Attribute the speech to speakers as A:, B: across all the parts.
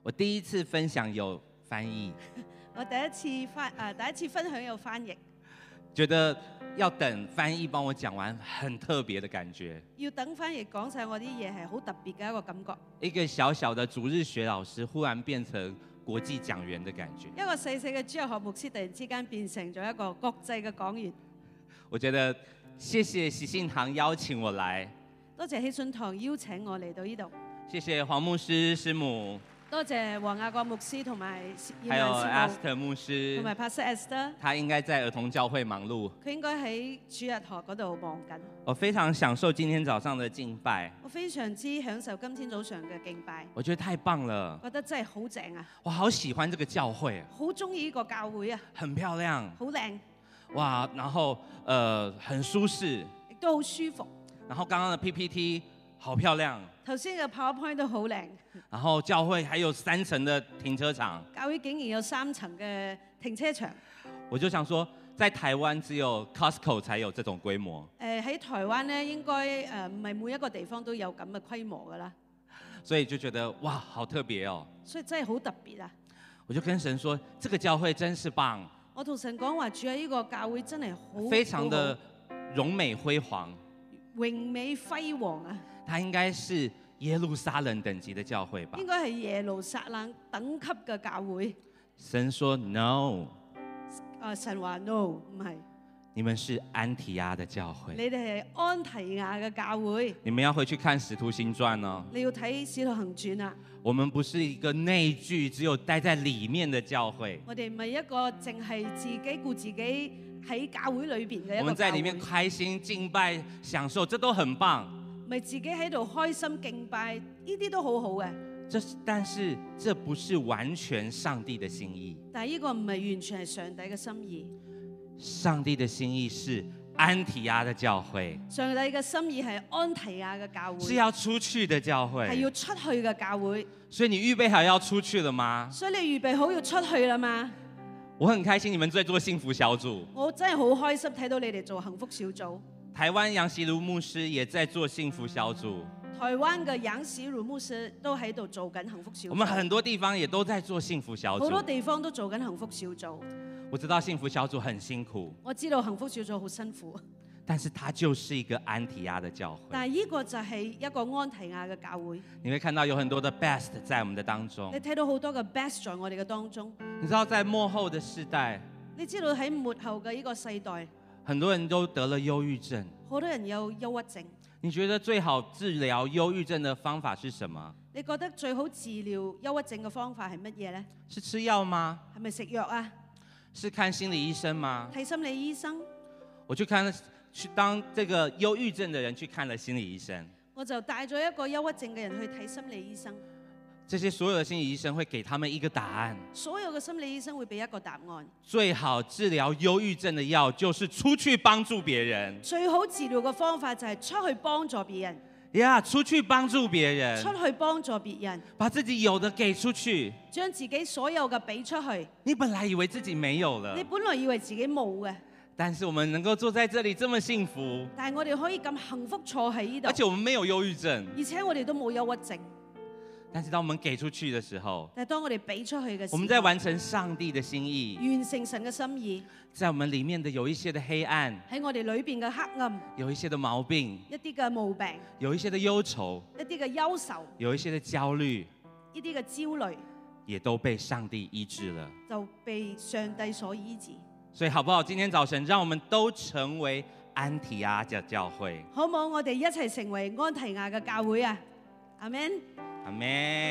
A: 我第一次分享有翻译，
B: 我第一次分享有翻譯，
A: 覺得要等翻譯幫我講完，很特別的感覺。
B: 要等翻譯講晒我啲嘢係好特別嘅一個感覺。
A: 一個小小的主日學老師，忽然變成國際講員的感覺。
B: 一個細細嘅主日學牧師，突然之間變成咗一個國際嘅講員。
A: 我覺得謝謝喜信堂邀請我來，
B: 多謝喜信堂邀請我嚟到呢度。
A: 謝謝黃牧師師母。
B: 多謝黃亞國牧師同埋
A: 還有 Esther 牧師，
B: 同埋 Pastor Esther。
A: 他應該在兒童教會忙碌。
B: 佢應該喺主日學嗰度忙緊。
A: 我非常享受今天早上的敬拜。
B: 我非常之享受今天早上嘅敬拜。
A: 我覺得太棒了。
B: 覺得真係好正啊！
A: 我好喜歡這個教會。
B: 好中意呢個教會啊！
A: 很漂亮。
B: 好靚。
A: 哇，然後很舒適。
B: 亦都好舒服。
A: 然後剛剛的 PPT 好漂亮。
B: 頭先嘅 PowerPoint 都好靚。
A: 然後教會還有3層的停車場。
B: 教會竟然有3層嘅停車場。
A: 我就想說，在台灣只有 Costco 才有這種規模。
B: 喺台灣咧，應該唔係每一個地方都有咁嘅規模㗎啦。
A: 所以就覺得哇，好特別哦。
B: 所以真係好特別啊！
A: 我就跟神說，這個教會真是棒。
B: 我同神講話，主啊，呢個教會真係好，
A: 非常的榮美輝煌。
B: 榮美輝煌啊！
A: 它應該是耶路撒冷等級的教會吧？
B: 應該係耶路撒冷等級嘅教會。
A: 神說 no。
B: 神話 no， 唔係。
A: 你們是安提阿的教會。
B: 你哋係安提亞嘅教會。
A: 你們要回去看《使徒行傳》哦。
B: 你要睇《使徒行傳》啊。
A: 我們不是一個內聚，只有待在裡面的教會。
B: 我哋唔係一個淨係自己顧自己喺教會裏邊嘅一個教會。
A: 我們在裡面開心敬拜享受，這都很棒。
B: 咪自己喺度開心敬拜，呢啲都好好嘅。
A: 但是這不是完全上帝的心意。
B: 但係呢個唔係完全係上帝嘅心意。
A: 上帝的心意是安提阿的教會。
B: 上帝嘅心意係安提亞嘅教會。
A: 是要出去的教會。
B: 係要出去嘅教會。
A: 所以你預備好要出去了嗎？
B: 所以你預備好要出去啦嘛？
A: 我很開心你們在做幸福小組。
B: 我真係好開心睇到你哋做幸福小組。
A: 台灣楊喜如牧師也在做幸福小組。
B: 台灣嘅楊喜如牧師都喺度做緊幸福小組。
A: 我們很多地方也都在做幸福小組。
B: 好多地方都做緊幸福小組。
A: 我知道幸福小組很辛苦。
B: 我知道幸福小組好辛苦。
A: 但是它就是一個安提阿的教會。
B: 但係呢個就係一個安提亞嘅教會。
A: 你會看到有很多的 best 在我們的當中。
B: 你睇到好多嘅 best 在我哋嘅當中。
A: 你知道在末後的世代，
B: 你知道喺末後嘅呢個世代，
A: 很多人都得了憂鬱症。
B: 好多人有憂鬱症。
A: 你覺得最好治療憂鬱症的方法是什麼？
B: 你覺得最好治療憂鬱症嘅方法係乜嘢呢？
A: 是吃藥嗎？
B: 係咪食藥啊？
A: 是看心理醫生嗎？
B: 睇心理醫生。
A: 我去當這個憂鬱症的人去看了心理醫生。
B: 我就帶咗一個憂鬱症嘅人去睇心理醫生。
A: 這些所有的心理醫生會給他們一個答案。
B: 所有嘅心理醫生會俾一個答案。
A: 最好治療憂鬱症的藥就是出去幫助別人。
B: 最好治療嘅方法就係出去幫助別人。
A: 出去幫助別人。
B: 出去幫助別人。
A: 把自己有的給出去。
B: 將自己所有嘅俾出去。
A: 你本來以為自己沒有了。
B: 你本來以為自己冇嘅。
A: 但是我們能夠坐在這裡這麼幸福。
B: 但係我哋可以咁幸福坐喺呢度。
A: 而且我們沒有憂鬱症。
B: 而且我哋都冇憂鬱症。
A: 但是當我們給出去的時候，
B: 但係當我哋俾出去嘅時候，
A: 我們在完成上帝的心意，
B: 完成神嘅心意。
A: 在我們裡面的有一些的黑暗，
B: 喺我哋裏邊嘅黑暗，
A: 有一些的毛病，
B: 一啲嘅毛病，
A: 有一些的憂愁，
B: 一啲嘅憂愁，
A: 有一些的焦慮，
B: 一啲嘅焦慮，
A: 也都被上帝醫治了，
B: 就被上帝所醫治。
A: 所以好不好？今天早晨，讓我們都成為安提阿的教會，
B: 好唔好？我哋一齊成為安提亞嘅教會啊！阿們。
A: 阿們。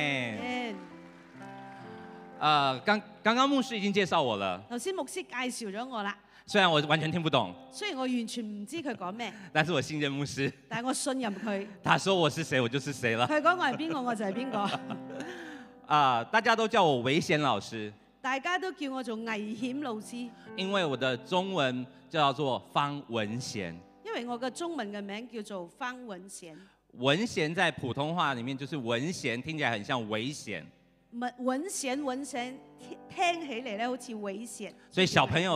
A: 剛剛牧師已經介紹我了。
B: 頭先牧師介紹咗我啦。
A: 雖然我完全聽不懂。
B: 雖然我完全唔知佢講咩。
A: 但是我信任牧師。
B: 但係我信任佢。
A: 他說我是誰，我就是誰了。
B: 佢講我係邊個，我就係邊個。
A: 大家都叫我危險老師。
B: 大家都叫我做危險老師。因
A: 為我的中文叫做方文賢。
B: 因為我嘅中文嘅名叫做方文賢。
A: 文賢在普通話裡面就是文賢，聽起來很像危險。
B: 文賢聽起嚟咧好似危險。
A: 所以小朋友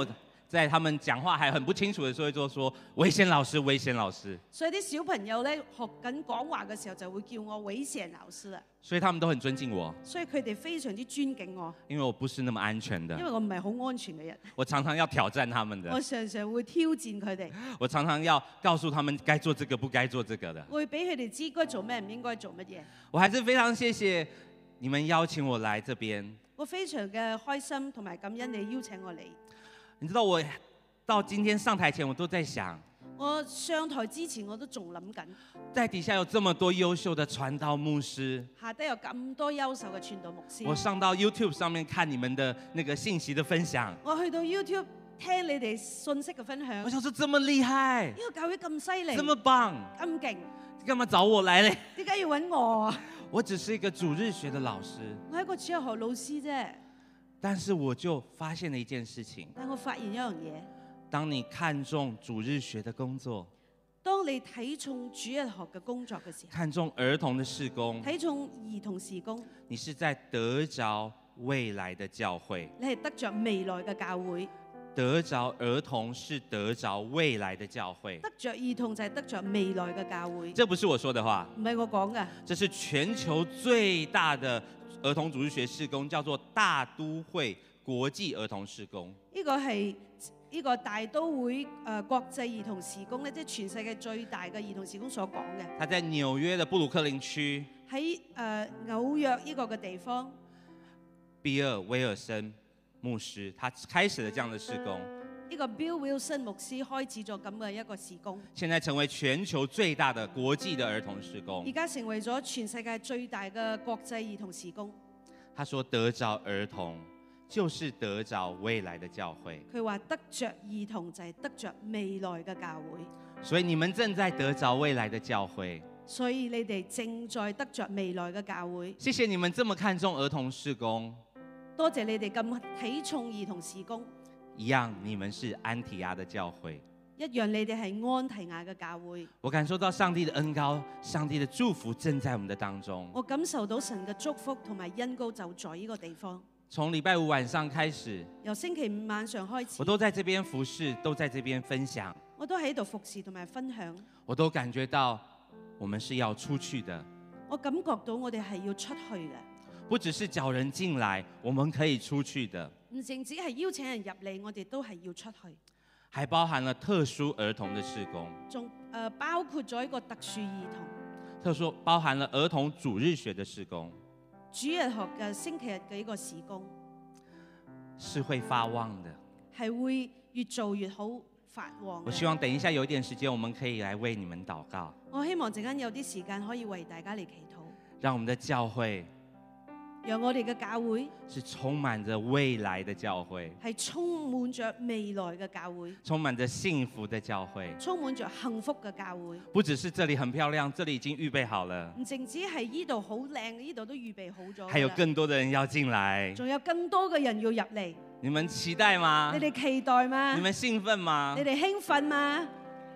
A: 在他们讲话还很不清楚的时候，就說維賢老師，維賢老師。
B: 所以啲小朋友咧學緊講話嘅時候就會叫我偉賢老師啦。
A: 所以他們都很尊敬我，
B: 所以佢哋非常之尊敬我，
A: 因為我不是那麼安全的
B: 因為，我唔係好安全嘅人，
A: 我常常要挑戰他們
B: 我
A: 的，
B: 常常會挑戰佢哋，
A: 我常常要告訴他們該做這個不該做這個的。
B: 我會俾佢哋知該做咩唔應該做乜嘢。
A: 我還是非常謝謝你們邀請我來這邊。
B: 我非常嘅開心同埋感恩你邀請我嚟。
A: 你知道我到今天上台前，我都在想，
B: 我上台之前我都仲諗緊，
A: 在底下有這麼多優秀的傳道牧師，
B: 下低有咁多優秀嘅傳道牧師。
A: 我上到 YouTube 上面看你們的那個信息的分享，
B: 我去到 YouTube 聽你哋信息嘅分享，
A: 我想說這麼厲害，
B: 呢個教會咁犀利，
A: 這麼棒，
B: 咁勁，
A: 幹嘛找我來嘞？
B: 點解要揾我啊？
A: 我只是一個主日學的老師，
B: 我係一個主日學老師啫，
A: 但是我就發現了一件事情，
B: 但我發現一樣嘢，
A: 當你看重主日學的工作，
B: 當你睇重主日學嘅工作嘅時候，
A: 看重兒童的事工，
B: 睇重兒童事工，
A: 你是在得着未來的教會。
B: 你係得着未來嘅教會，
A: 得着兒童是得着未來的教會，
B: 得着兒童就係得着未來嘅教會，
A: 這不是我說的話，
B: 唔係我講嘅，
A: 這是全球最大的兒童主日學事工，叫做大都會國際兒童事工。
B: 呢個係呢個大都會國際兒童事工咧，即係全世界最大嘅兒童事工所講嘅。
A: 它在紐約的布魯克林區，
B: 喺紐約呢個嘅地方，
A: 比爾威爾森牧師，他開始了這樣的事工，
B: 呢個 Bill Wilson 牧師開始咗咁嘅一個事工，
A: 現在成為全球最大的國際的兒童事工
B: 而。家成為咗全世界最大嘅國際兒童事工。
A: 他說得着兒童就是得着未來的教會，
B: 佢話得着兒童就係得着未來嘅教會，
A: 所以你們正在得着未來的教會。
B: 所以你哋正在得着未來嘅教會。
A: 謝謝你們這麼看重兒童事工，
B: 多謝你哋咁睇重兒童事工，
A: 一樣你們是安提亞的教會。
B: 一樣你哋係安提亞嘅教會。
A: 我感受到上帝的恩膏，上帝的祝福正在我們的當中。
B: 我感受到神嘅祝福同埋恩膏就在呢個地方。
A: 從禮拜五晚上開始，
B: 由星期五晚上開始，
A: 我都在這邊服侍，都在這邊分享，
B: 我都喺度服侍同埋分享。
A: 我都感覺到我們是要出去的，
B: 我感覺到我哋係要出去嘅，
A: 不只是叫人進來，我們可以出去的，
B: 唔淨止係邀請人入嚟，我哋都係要出去，
A: 還包含了特殊兒童的事工，
B: 仲包括咗一個特殊兒童，
A: 包含了兒童主日學的事工，
B: 主日學嘅星期日嘅一個事工，
A: 是會發旺的。
B: 係會越做越好發旺嘅。
A: 我希望等一下有一點時間，我們可以來為你們禱告，
B: 我希望陣間有啲時間可以為大家嚟祈禱，
A: 讓我們的教會
B: 讓我哋嘅教會
A: 是充滿着未來的教會，
B: 係充滿着未來嘅教會，
A: 充滿着幸福的教會。
B: 充滿着幸福嘅教會。
A: 不只是這裡很漂亮，這裡已經預備好了，
B: 唔淨止係呢度好靚，呢度都預備好咗㗎啦。
A: 還有更多的人要進來。
B: 仲有更多嘅人要入嚟，
A: 你們期待嗎？
B: 你哋期待嗎？
A: 你們興奮嗎
B: 你哋興奮嗎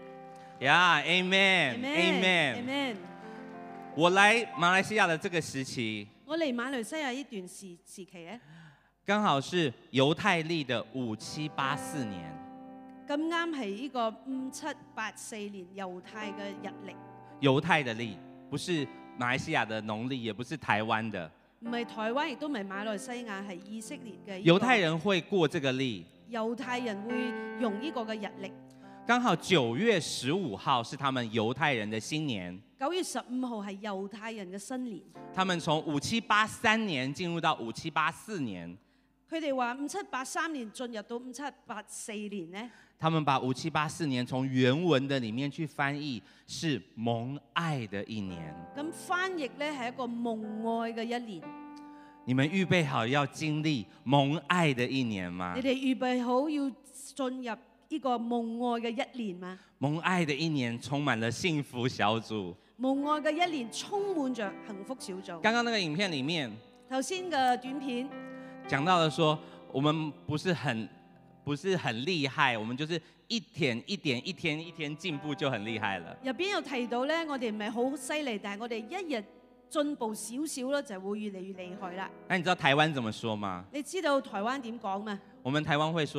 A: ？Yeah, Amen, Amen.
B: Amen。
A: 我來馬來西亞的這個時期，
B: 我嚟馬來西亞呢段時期咧，
A: 剛好是猶太歷的5784年。
B: 咁啱係呢個5784年猶太嘅日曆，
A: 猶太的歷，不是馬來西亞的農曆，也不是台灣的。
B: 唔係台灣，亦都唔係馬來西亞，係以色列嘅。
A: 猶太人會過這個歷，
B: 猶太人會用呢個嘅日曆。
A: 剛好9月15號是他們猶太人的新年。
B: 9月15號係猶太人嘅新年。
A: 他們從5783年進入到5784年。
B: 佢哋話5783年進入到5784年呢，
A: 他們把5784年從原文的裡面去翻譯，是蒙愛的一年。
B: 咁翻譯呢係一個蒙愛嘅一年。
A: 你們預備好要經歷蒙愛的一年嗎？
B: 你哋預備好要進入呢個蒙愛嘅一年嗎？
A: 蒙愛的一年充滿了幸福小組。
B: 蒙愛嘅一年充滿着幸福小組。
A: 剛剛那個影片裡面，
B: 頭先嘅短片
A: 講到了說，我們不是很厲害，我們就是一點一天進步就很厲害了。
B: 入邊有提到咧，我哋唔係好犀利，但係我哋一日進步少少咧，就會越嚟越厲害啦。
A: 那你知道台灣怎麼說嗎？
B: 你知道台灣點講嘛？
A: 我們台灣會說，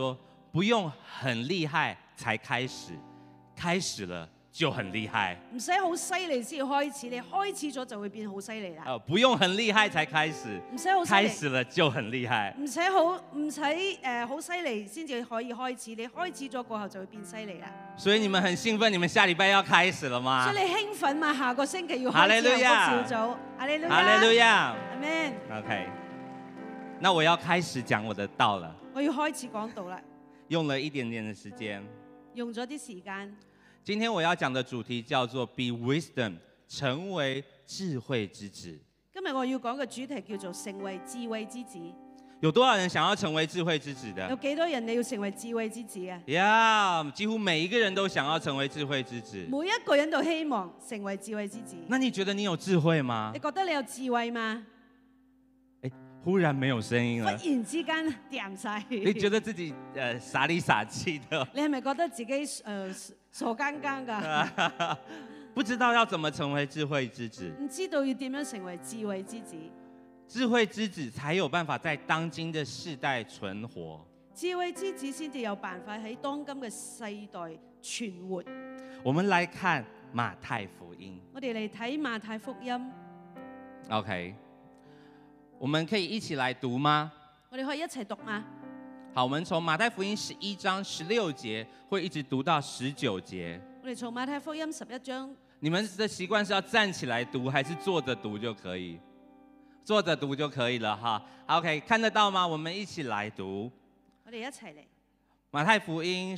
A: 不用很厉害才开始，开始了就很厉害。
B: 唔使好犀利先開始，你開始咗就會變好犀利啦。
A: 不用很厲害才開始，
B: 唔使好犀利，
A: 開始了就很厲害。
B: 唔使好犀利先至可以開始，你開始咗過後就會變犀利啦。
A: 所以你們很興奮，你們下禮拜要開始了嗎？
B: 所以你興奮嘛？下個星期要
A: 哈利
B: 開始幸福
A: 路亞
B: 小組，哈利路亞，
A: 哈利路亞。
B: 阿們。
A: OK， 那我要開始講我的道了。
B: 我要開始講道啦，
A: 用了一點點的時間。
B: 用咗啲時間。
A: 今天我要講的主題叫做 Be Wisdom， 成為智慧之子。
B: 今日我要講嘅主題叫做成為智慧之子。
A: 有多少人想要成為智慧之子的？
B: 有幾多人你要成為智慧之子啊？
A: 呀，幾乎每一個人都想要成為智慧之子。
B: 每一個人都希望成為智慧之子。
A: 那你覺得你有智慧嗎
B: 你？覺得你有智慧嗎？
A: 忽然沒有聲音了。
B: 忽然之間掂晒。
A: 你覺得自己傻裡傻氣的？
B: 你係咪覺得自己傻更更㗎？
A: 不知道要怎麼成為智慧之子。
B: 唔知道要點樣成為智慧之子。
A: 智慧之子才有辦法在當今的世代存活。
B: 智慧之子先至有辦法喺當今嘅世代存活。
A: 我們來看馬太福音。
B: 我哋嚟睇馬太福音。
A: OK， 我們可以一起來讀嗎？
B: 我哋可以一齊讀嗎？
A: 好，我們從馬太福音11章16節會一直讀到19節。
B: 我哋從馬太福音11章。
A: 你們的習慣是要站起來讀，還是坐着讀就可以？坐着讀就可以了哈。OK， 看得到嗎？我們一起來讀。
B: 我哋一齊嚟。
A: 馬太福音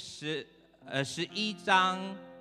A: 11章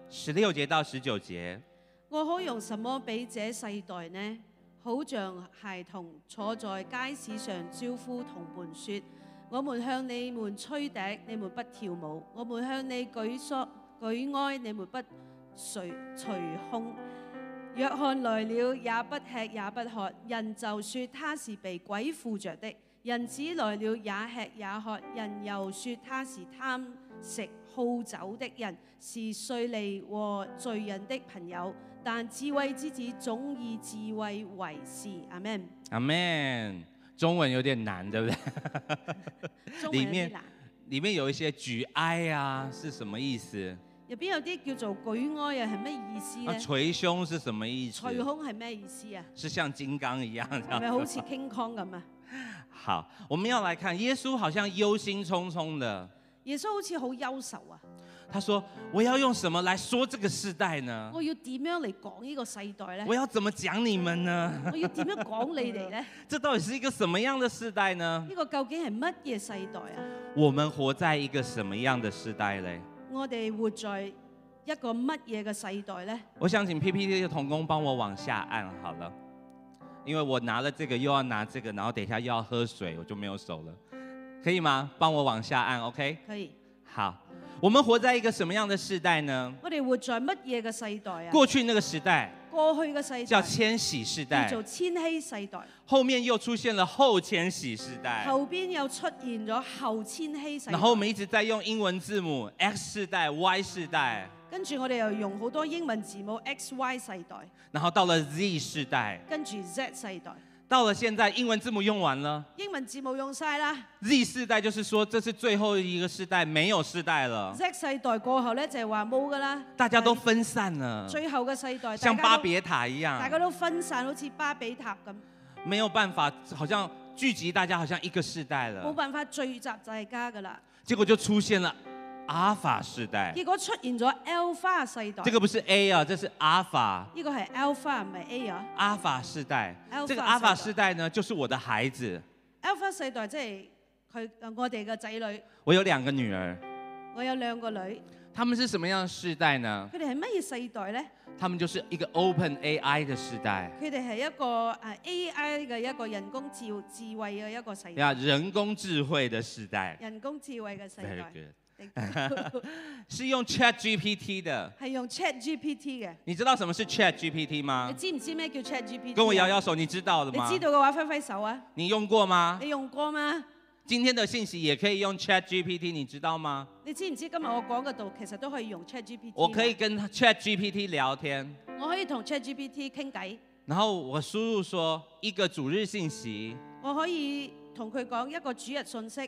A: 16節到19節。
B: 我可用什麼比這世代呢？好像孩童坐在街市上招呼同伴說：我們向你們吹笛，你們不跳舞；我們向你舉哀，你們不捶胸。約翰來了，也不吃也不喝，人就說他是被鬼附着的；人子來了，也吃也喝，人又說他是貪食好酒的人，是稅吏和罪人的朋友。但智慧之子總以智慧為是。阿們。
A: 阿們。中文有點難，對不對？
B: 中文有啲難。
A: 裡面有一些舉哀啊，是什麼意思？
B: 入邊有啲叫做舉哀啊，係咩意思咧？
A: 捶胸是什麼意思？
B: 捶胸係咩意思啊？
A: 是像金剛一樣，
B: 係咪好似 King Kong 咁啊？
A: 好，我們要來看耶穌好像憂心忡忡的。
B: 耶穌好似好憂愁啊！
A: 他說：我要用什麼來說這個世代呢？
B: 我要點樣嚟講呢個世代呢？
A: 我要怎麼講你們呢？
B: 我要點樣講你哋呢？
A: 這到底是一個什麼樣的世代呢？
B: 呢個究竟係乜嘢世代啊？
A: 我們活在一個什麼樣的世代呢？
B: 我哋活在一個乜嘢嘅世代呢？
A: 我想請 PPT 的同工幫我往下按好了，因為我拿了這個又要拿這個，然後等一下又要喝水，我就沒有手了，可以嗎？幫我往下按 ，OK？
B: 可以。
A: 好，我們活在一個什麼樣的世代呢？
B: 我哋活在乜嘢嘅世代啊？
A: 過去那個時代，
B: 過去嘅世代
A: 叫千禧世代，
B: 叫做千禧世代。
A: 後面又出現了後千禧世代，
B: 後邊又出現咗後千禧世代。
A: 然後我們一直在用英文字母 X 世代、Y 世代，
B: 跟住我哋又用好多英文字母 X、Y 世代。
A: 然後到了 Z 世代，
B: 跟住 Z 世代。
A: 到了現在英文字母用完了，
B: 英文字母用晒啦。
A: Z 世代就是說這是最後一個世代，沒有世代了。
B: Z 世代過後咧就係話冇噶啦，
A: 大家都分散了，
B: 最後嘅世代
A: 像巴別塔一樣，
B: 大家都分散，好似巴比塔咁，
A: 沒有辦法，好像聚集大家，好像一個世代了。
B: 冇辦法聚集大家噶啦。
A: 結果就出現了阿法世代，
B: 結果出現咗 Alpha 世代。
A: 這個不是 A 啊，這是阿法。
B: 呢個係 Alpha 唔係 A 啊。
A: 阿法世代，
B: Alpha
A: 這個阿法世代呢，就是我的孩子。
B: Alpha 世代即係我哋嘅仔女。
A: 我有2個女兒，
B: 我有2個女。
A: 他們是什麼樣的世代呢？
B: 佢哋係乜嘢世代咧？
A: 他們就是一個 Open AI 的世代。
B: 佢哋係一個AI 嘅一個人工智慧嘅一個世代。
A: 呀，人工智慧的世代。
B: 人工智慧嘅世代。
A: Very good 是用 ChatGPT 的，
B: 係用 ChatGPT 嘅。
A: 你知道什麼是 ChatGPT 嗎？
B: 你知唔知咩叫 ChatGPT？
A: 跟我搖搖手，你知道的嗎？
B: 你知道嘅話揮揮手啊！
A: 你用過嗎？
B: 你用過嗎？
A: 今天的信息也可以用 ChatGPT， 你知道嗎？
B: 你知唔知今日我講嘅道其實都可以用 ChatGPT？
A: 我可以跟 ChatGPT 聊天，
B: 我可以同 ChatGPT 傾偈，
A: 然後我輸入說一個主日信息，
B: 我可以同佢講一個主日信息。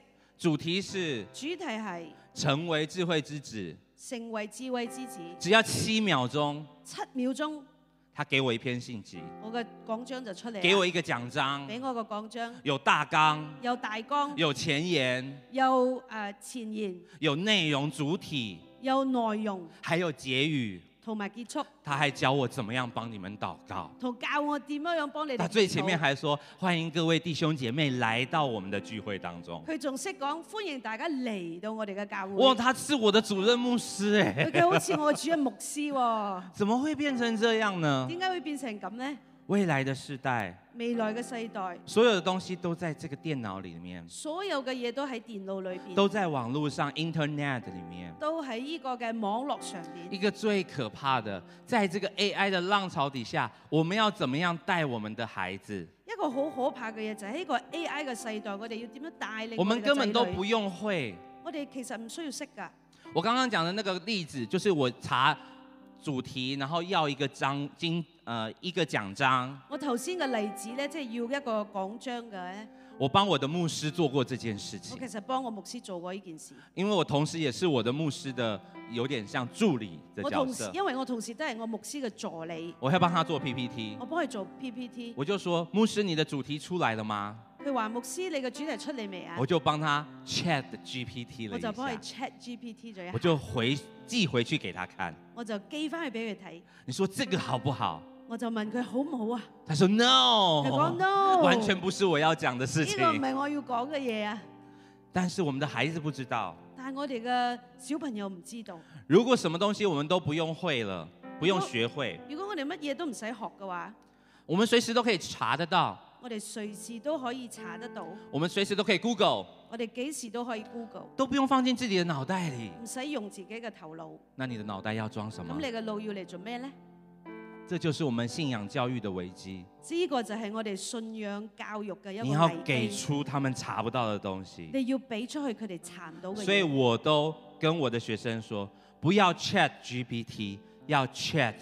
A: 主題是
B: 主題係
A: 成為智慧之子。
B: 成為智慧之子。
A: 只要7秒鐘
B: 7秒鐘，
A: 他給我一篇信息，
B: 我嘅講章就出嚟啦。
A: 給我一個獎章，
B: 俾我個講章，
A: 有大綱，
B: 有大綱，
A: 有前言，
B: 有前言，
A: 有內容主體，
B: 有內容，
A: 還有結語。
B: 同埋結束。
A: 他還教我怎麼樣幫你們禱告。
B: 同教我點樣幫你哋。
A: 他最前面還說歡迎各位弟兄姐妹來到我們的聚會當中。
B: 佢仲識講歡迎大家嚟到我哋嘅教會。
A: 哇，他是我的主任牧師哎。
B: 佢好似我嘅主任牧師喎。
A: 怎麼會變成這樣呢？
B: 點解會變成咁呢？
A: 未來的世代，
B: 未來嘅世代，
A: 所有的東西都在這個電腦裡面，
B: 所有嘅嘢都喺電腦裏邊，
A: 都在網絡上 Internet 裡面，
B: 都喺呢個嘅網絡上面。
A: 一個最可怕的，在這個 AI 的浪潮底下，我們要怎麼樣帶我們的孩子？
B: 一個好可怕嘅嘢就係呢個 AI 嘅世代，我哋要點樣帶領
A: 我們根本都不用會。
B: 我哋其實唔需要識㗎。
A: 我剛剛講的那個例子，就是我查主題，然後要一個一個獎章。
B: 我頭先嘅例子咧，即係要一個講章嘅。
A: 我幫我的牧師做過這件事情。
B: 我其實幫我牧師做過呢件事。
A: 因為我同時也是我的牧師的，有點像助理的角色。
B: 因為我同時都係我牧師嘅助理。
A: 我會幫他做 PPT。
B: 我幫佢做 PPT。
A: 我就說，牧師，你的主題出來了嗎？
B: 佢話牧師，你嘅主題出嚟未啊？
A: 我就幫他 Chat GPT 了一下。
B: 我就幫佢 Chat GPT 咗一下。
A: 我就寄回去給他看。
B: 我就寄翻去俾佢睇。
A: 你說這個好不好？
B: 我就問佢好唔好啊？
A: 他說 No。
B: 佢講 No。
A: 完全不是我要講的事情。
B: 呢個唔係我要講嘅嘢啊。
A: 但是我們的孩子不知道。
B: 但係我哋嘅小朋友唔知道。
A: 如果什麼東西我們都不用會了，不用學會。
B: 如果我哋乜嘢都唔使學嘅話，
A: 我們隨時都可以查得到。
B: 我哋隨時都可以查得到。
A: 我們隨時都可以 Google。
B: 我哋幾時都可以 Google。
A: 都不用放進自己的腦袋裡。
B: 唔使用自己嘅頭腦。
A: 那你的腦袋要裝什麼？
B: 咁你嘅腦要嚟做咩呢？
A: 這就是我們信仰教育的危機。
B: 呢個就係我哋信仰教育嘅一個危機。
A: 你要給出他們查不到的東西。
B: 你要俾出去佢哋查唔到嘅嘢。
A: 所以我都跟我的學生說，不要 Chat GPT，要 Chat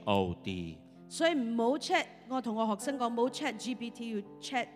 A: GOD。
B: 所以唔好 Chat，我同我學生講，唔好 Chat GPT，要 Chat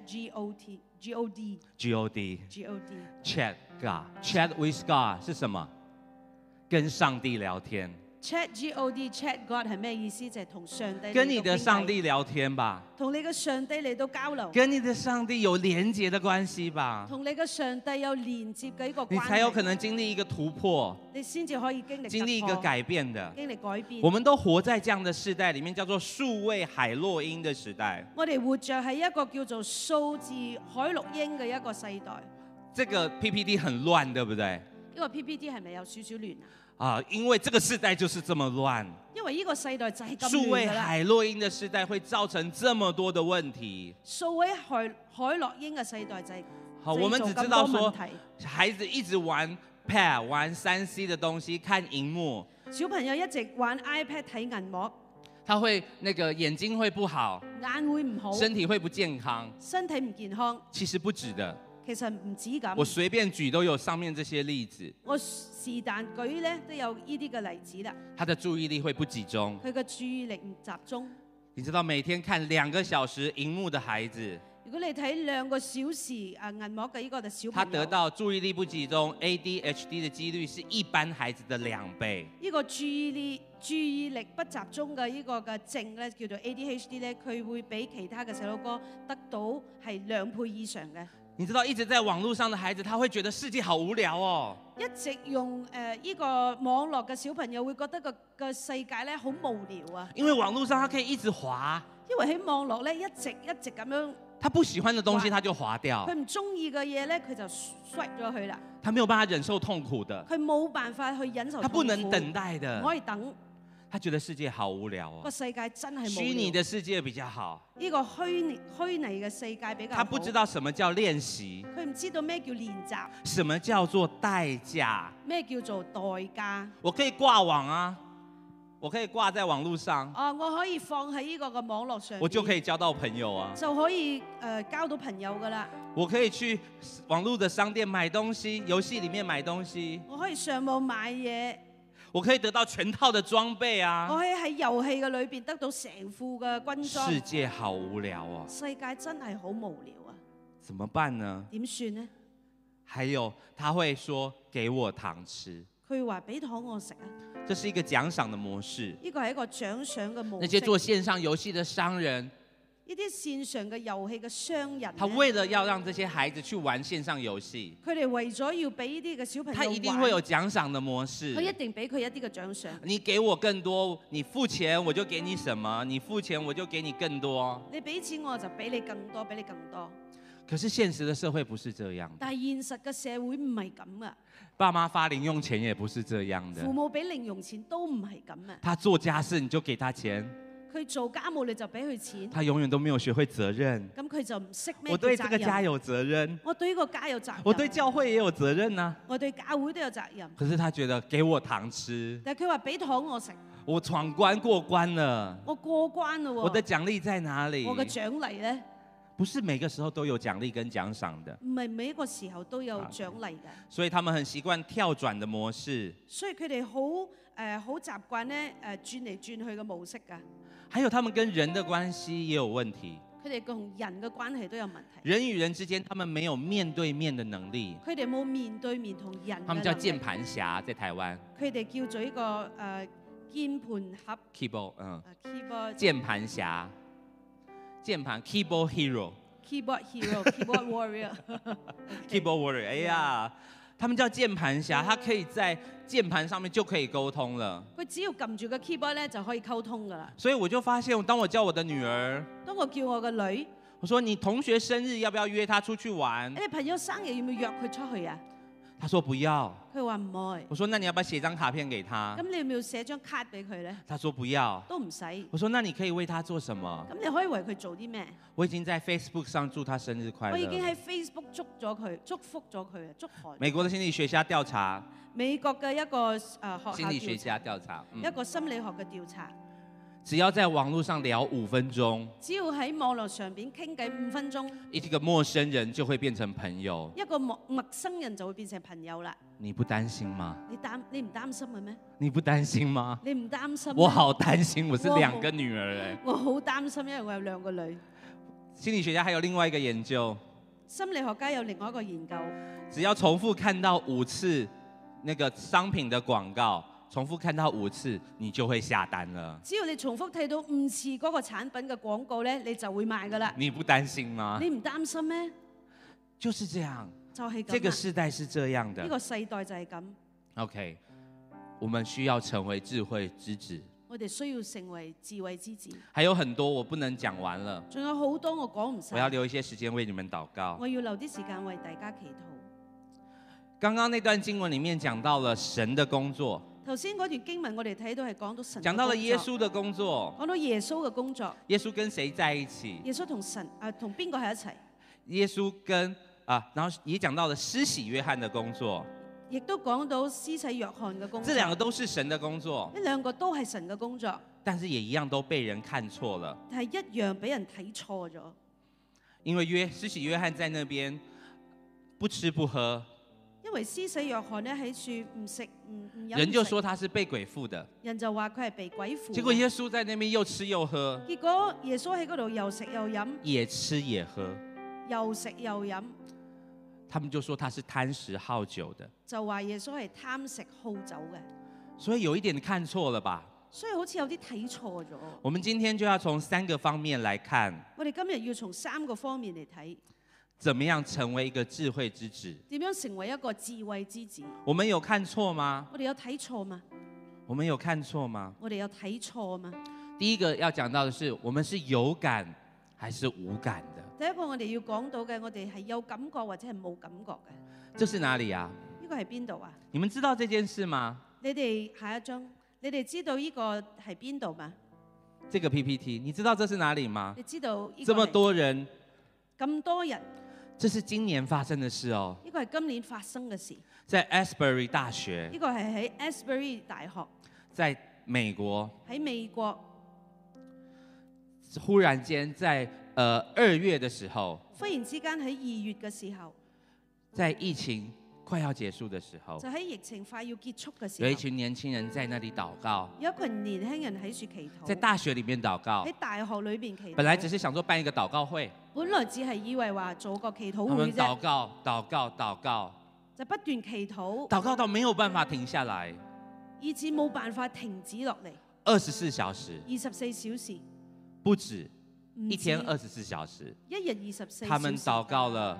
B: GOD。Chat God，Chat with God 是什麼？跟上帝聊天。Chat God，Chat God 係咩意思？就係同上帝。
A: 跟你的上帝聊天吧。
B: 同你嘅上帝嚟到交流。
A: 跟你的上帝有連結的關係吧。
B: 同你嘅上帝有連接嘅一個關係。
A: 你才有可能經歷一個突破。
B: 你先至可以經歷
A: 一個改變的。
B: 經歷改變。
A: 我們都活在這樣的時代裡面，叫做數位海洛因的時代。
B: 我哋活着係一個叫做數字海洛因嘅一個世代。
A: 這個 PPT 很亂，對不對？
B: 呢個 PPT 係咪有少少亂啊？
A: 因為這個世代就是這麼亂。
B: 因為呢個世代就係咁亂。
A: 數位海洛因的時代會造成這麼多的問題。
B: 數位海洛因嘅世代就係
A: 好，我們只知道說，孩子一直玩 Pad、玩3C 的東西，看熒幕。
B: 小朋友一直玩 iPad 睇銀幕，
A: 他會眼睛會不好，
B: 眼會唔好，
A: 身體會不健康，
B: 身體唔健康。
A: 其實不止的。
B: 其實唔止咁。
A: 我隨便舉都有上面這些例子。
B: 我是但舉咧都有呢啲嘅例子啦。
A: 他的注意力會不集中。
B: 佢嘅注意力唔集中。
A: 你知道每天看2個小時熒幕的孩子，
B: 如果你睇2個小時銀幕嘅呢個小朋友，
A: 他得到注意力不集中 ADHD 的幾率是一般孩子的2倍。
B: 呢個注意力不集中嘅呢個嘅症咧，叫做 ADHD 咧，佢會比其他嘅細路哥得到係2倍以上嘅。
A: 你知道一直在網絡上的孩子，他會覺得世界好無聊哦。
B: 一直用呢個網絡嘅小朋友會覺得個世界咧好無聊啊。
A: 因為網絡上他可以一直滑。
B: 因為喺網絡咧一直咁樣。
A: 他不喜歡的東西他就滑掉。
B: 佢唔中意嘅嘢咧，佢就 swipe 咗佢啦。
A: 他沒有辦法忍受痛苦的。
B: 佢冇辦法去忍受痛苦。
A: 他不能等待的。
B: 唔可以等。
A: 他覺得世界好無聊哦。
B: 個世界真係無聊。
A: 虛擬的世界比較好。
B: 呢個虛擬嘅世界比較好。
A: 他不知道什麼叫練習。
B: 佢唔知道咩叫練習。
A: 什麼叫做代價？
B: 咩叫做代價？
A: 我可以掛網啊，我可以掛在網絡上。
B: 我可以放喺呢個嘅網絡上。
A: 我就可以交到朋友啊。
B: 就可以交到朋友噶啦。
A: 我可以去網絡的商店買東西，遊戲裡面買東西。
B: 我可以上網買嘢。
A: 我可以得到全套的裝備啊！
B: 我可以喺遊戲嘅裏邊得到成副嘅軍裝。
A: 世界好無聊哦！
B: 世界真係好無聊啊！
A: 怎麼辦呢？
B: 點算呢？
A: 还有他會說給我糖吃，
B: 佢話俾糖我食啊！
A: 這是一個獎賞的模式。
B: 呢個係一個獎賞嘅模式。
A: 那些做線上遊戲的商人，
B: 呢啲線上嘅遊戲嘅商人，
A: 他為了要讓這些孩子去玩線上遊戲，
B: 佢哋為咗要俾呢啲嘅小朋友
A: 他
B: 玩，
A: 一定會有獎賞的模式。
B: 佢一定俾佢一啲嘅獎賞。
A: 你給我更多，你付錢我就給你什麼，你付錢我就給你更多。
B: 你俾錢我就俾你更多，俾你更多。
A: 可是現實的社會不是這樣的，
B: 但係現實嘅社會唔係咁啊！
A: 爸媽發零用錢也不是這樣的。
B: 父母俾零用錢都唔係咁啊！
A: 他做家事你就給他錢，
B: 佢做家務你就俾佢錢，
A: 他永遠都沒有學會責任。
B: 咁佢就唔識咩
A: 我對
B: 叫責任。
A: 這個家有責任，
B: 我對呢個家有責任。
A: 我對教會也有責任啊。
B: 我對教會都有責任。
A: 可是他覺得給我糖吃，
B: 但係佢話俾糖我食，
A: 我闖關過關了，
B: 我過關啦喎。
A: 我的獎勵在哪裡？
B: 我嘅獎勵咧，
A: 不是每個時候都有獎勵跟獎賞的，
B: 唔係每一個時候都有獎勵嘅。
A: 所以他們很習慣跳轉的模式。
B: 所以佢哋好習慣咧轉嚟轉去嘅模式㗎。
A: 還有他們跟人的關係也有問題，
B: 佢哋同人嘅關係都有問題。
A: 人與人之間，他們沒有面對面的能力。
B: 佢哋冇面對面同人嘅能力。
A: 他們叫鍵盤俠，在台灣。
B: 佢哋叫做呢個鍵盤俠
A: keyboard，
B: keyboard
A: 鍵盤俠，鍵盤 keyboard
B: hero，keyboard hero，keyboard warrior，keyboard
A: warrior。哎呀，他們叫鍵盤俠，他可以在鍵盤上面就可以溝通了。
B: 佢只要撳住個 keyboard 咧就可以溝通㗎啦。
A: 所以我就發現，當我叫我的女兒，
B: 當我叫我個女，
A: 我說你同學生日要不要約她出去玩？
B: 你朋友生日要唔要約佢出去啊？
A: 她說不要。
B: 佢話唔愛。
A: 我說那你要不要寫張卡片給她？
B: 咁你要唔要寫張卡俾佢咧？
A: 她說不要。
B: 都唔使。
A: 我說那你可以為她做什麼？
B: 咁你可以為佢做啲咩？
A: 我已經在 Facebook 上祝她生日快樂。
B: 我已經喺 Facebook 祝福咗佢啊，祝賀。
A: 美國的心理學家調查。
B: 美國嘅一個學校
A: 心理學家調查，
B: 一個心理學嘅調查。
A: 只要在網絡上聊5分鐘，
B: 只要喺網絡上邊傾偈5分鐘，
A: 一個陌生人就會變成朋友。
B: 一個陌生人就會變成朋友啦。
A: 你不擔心嗎？
B: 你唔擔心嘅咩？
A: 你不擔心嗎？
B: 你唔擔心？
A: 我好擔心，我是2個女兒。
B: 我好擔心，因為我有2個女。
A: 心理學家還有另外一個研究，
B: 心理學家有另外一個研究，
A: 只要重複看到5次那個商品的廣告，重複看到5次，你就會下單了。
B: 只要你重複睇到5次嗰個產品嘅廣告咧，你就會買噶啦。
A: 你不擔心嗎？
B: 你唔擔心咩？
A: 就是這樣。
B: 就係咁。
A: 這個世代是這樣的。
B: 呢個世代就係咁。
A: OK，我們需要成為智慧之子。
B: 我哋需要成為智慧之子。
A: 還有很多我不能講完了。
B: 仲有好多我講唔晒。
A: 我要留一些時間為你們禱告。
B: 我要留啲時間為大家祈禱。
A: 剛剛那段經文裡面講到了神的工作。
B: 頭先嗰段經文我哋睇到係講到神。
A: 講到了耶穌的工作。
B: 講到耶穌嘅工作。
A: 耶穌跟誰在一起？
B: 耶穌同同邊個喺一齊？
A: 耶穌跟然後也講到了施洗約翰的工作。
B: 亦都講到施洗約翰嘅工作。
A: 這兩個都是神的工作。
B: 呢兩個都係神嘅工作。
A: 但是也一樣都被人看錯了。
B: 但係一樣俾人睇錯咗。
A: 因為施洗約翰在那邊不吃不喝。
B: 因為施洗約翰咧喺處唔食唔飲。
A: 人就說他是被鬼附的。
B: 人就話佢係被鬼附。
A: 結果耶穌在那邊又吃又喝。
B: 結果耶穌喺嗰度又食又飲。
A: 也吃也喝。
B: 又食又飲。
A: 他們就說他是貪食好酒的。
B: 就話耶穌係貪食好酒嘅。
A: 所以有一點看錯了吧？
B: 所以好似有啲睇錯咗。
A: 我們今天就要從3個方面來看。
B: 我哋今日要從3個方面嚟睇。
A: 怎麼樣成為一個智慧之子？
B: 點樣成為一個智慧之子？
A: 我們有看錯嗎？
B: 我哋有睇錯嗎？
A: 我們有看錯嗎？
B: 我哋有睇錯嗎？
A: 第一個要講到的是，我們是有感還是無感的？
B: 第一個我哋要講到嘅，我哋係有感覺或者係冇感覺嘅。
A: 這是哪裡啊？
B: 呢個係邊度啊？
A: 你們知道這件事嗎？
B: 你哋下一張，你哋知道呢個係邊度嗎？
A: 這個 PPT，你知道這是哪裡嗎？
B: 你知道呢個？
A: 這麼多人，
B: 咁多人，
A: 這是今年發生的事哦。
B: 呢個係今年發生嘅事。
A: 在 Asbury 大學。
B: 呢個係喺 Asbury 大學。
A: 在美國。
B: 喺美國。
A: 忽然間在2月的時候。
B: 忽然之間喺2月嘅時候。
A: 在疫情快要結束的時候。
B: 就喺疫情快要結束嘅時候。
A: 有一群年輕人在那裡禱告。
B: 有一群年輕人喺處祈禱。
A: 在大學裡面禱告。
B: 喺大學裏邊祈禱。
A: 本來只是想說辦一個禱告會。
B: 本來只係以為話做個祈禱會啫。
A: 他們禱告，禱告，禱告。
B: 就不斷祈禱，
A: 祷告到沒有辦法停下來
B: 以致冇辦法停止落嚟。
A: ，24小時，
B: 24小時，
A: 不止
B: 唔
A: 一天
B: 止
A: 24小時，
B: 一日24小時。
A: 他們禱告了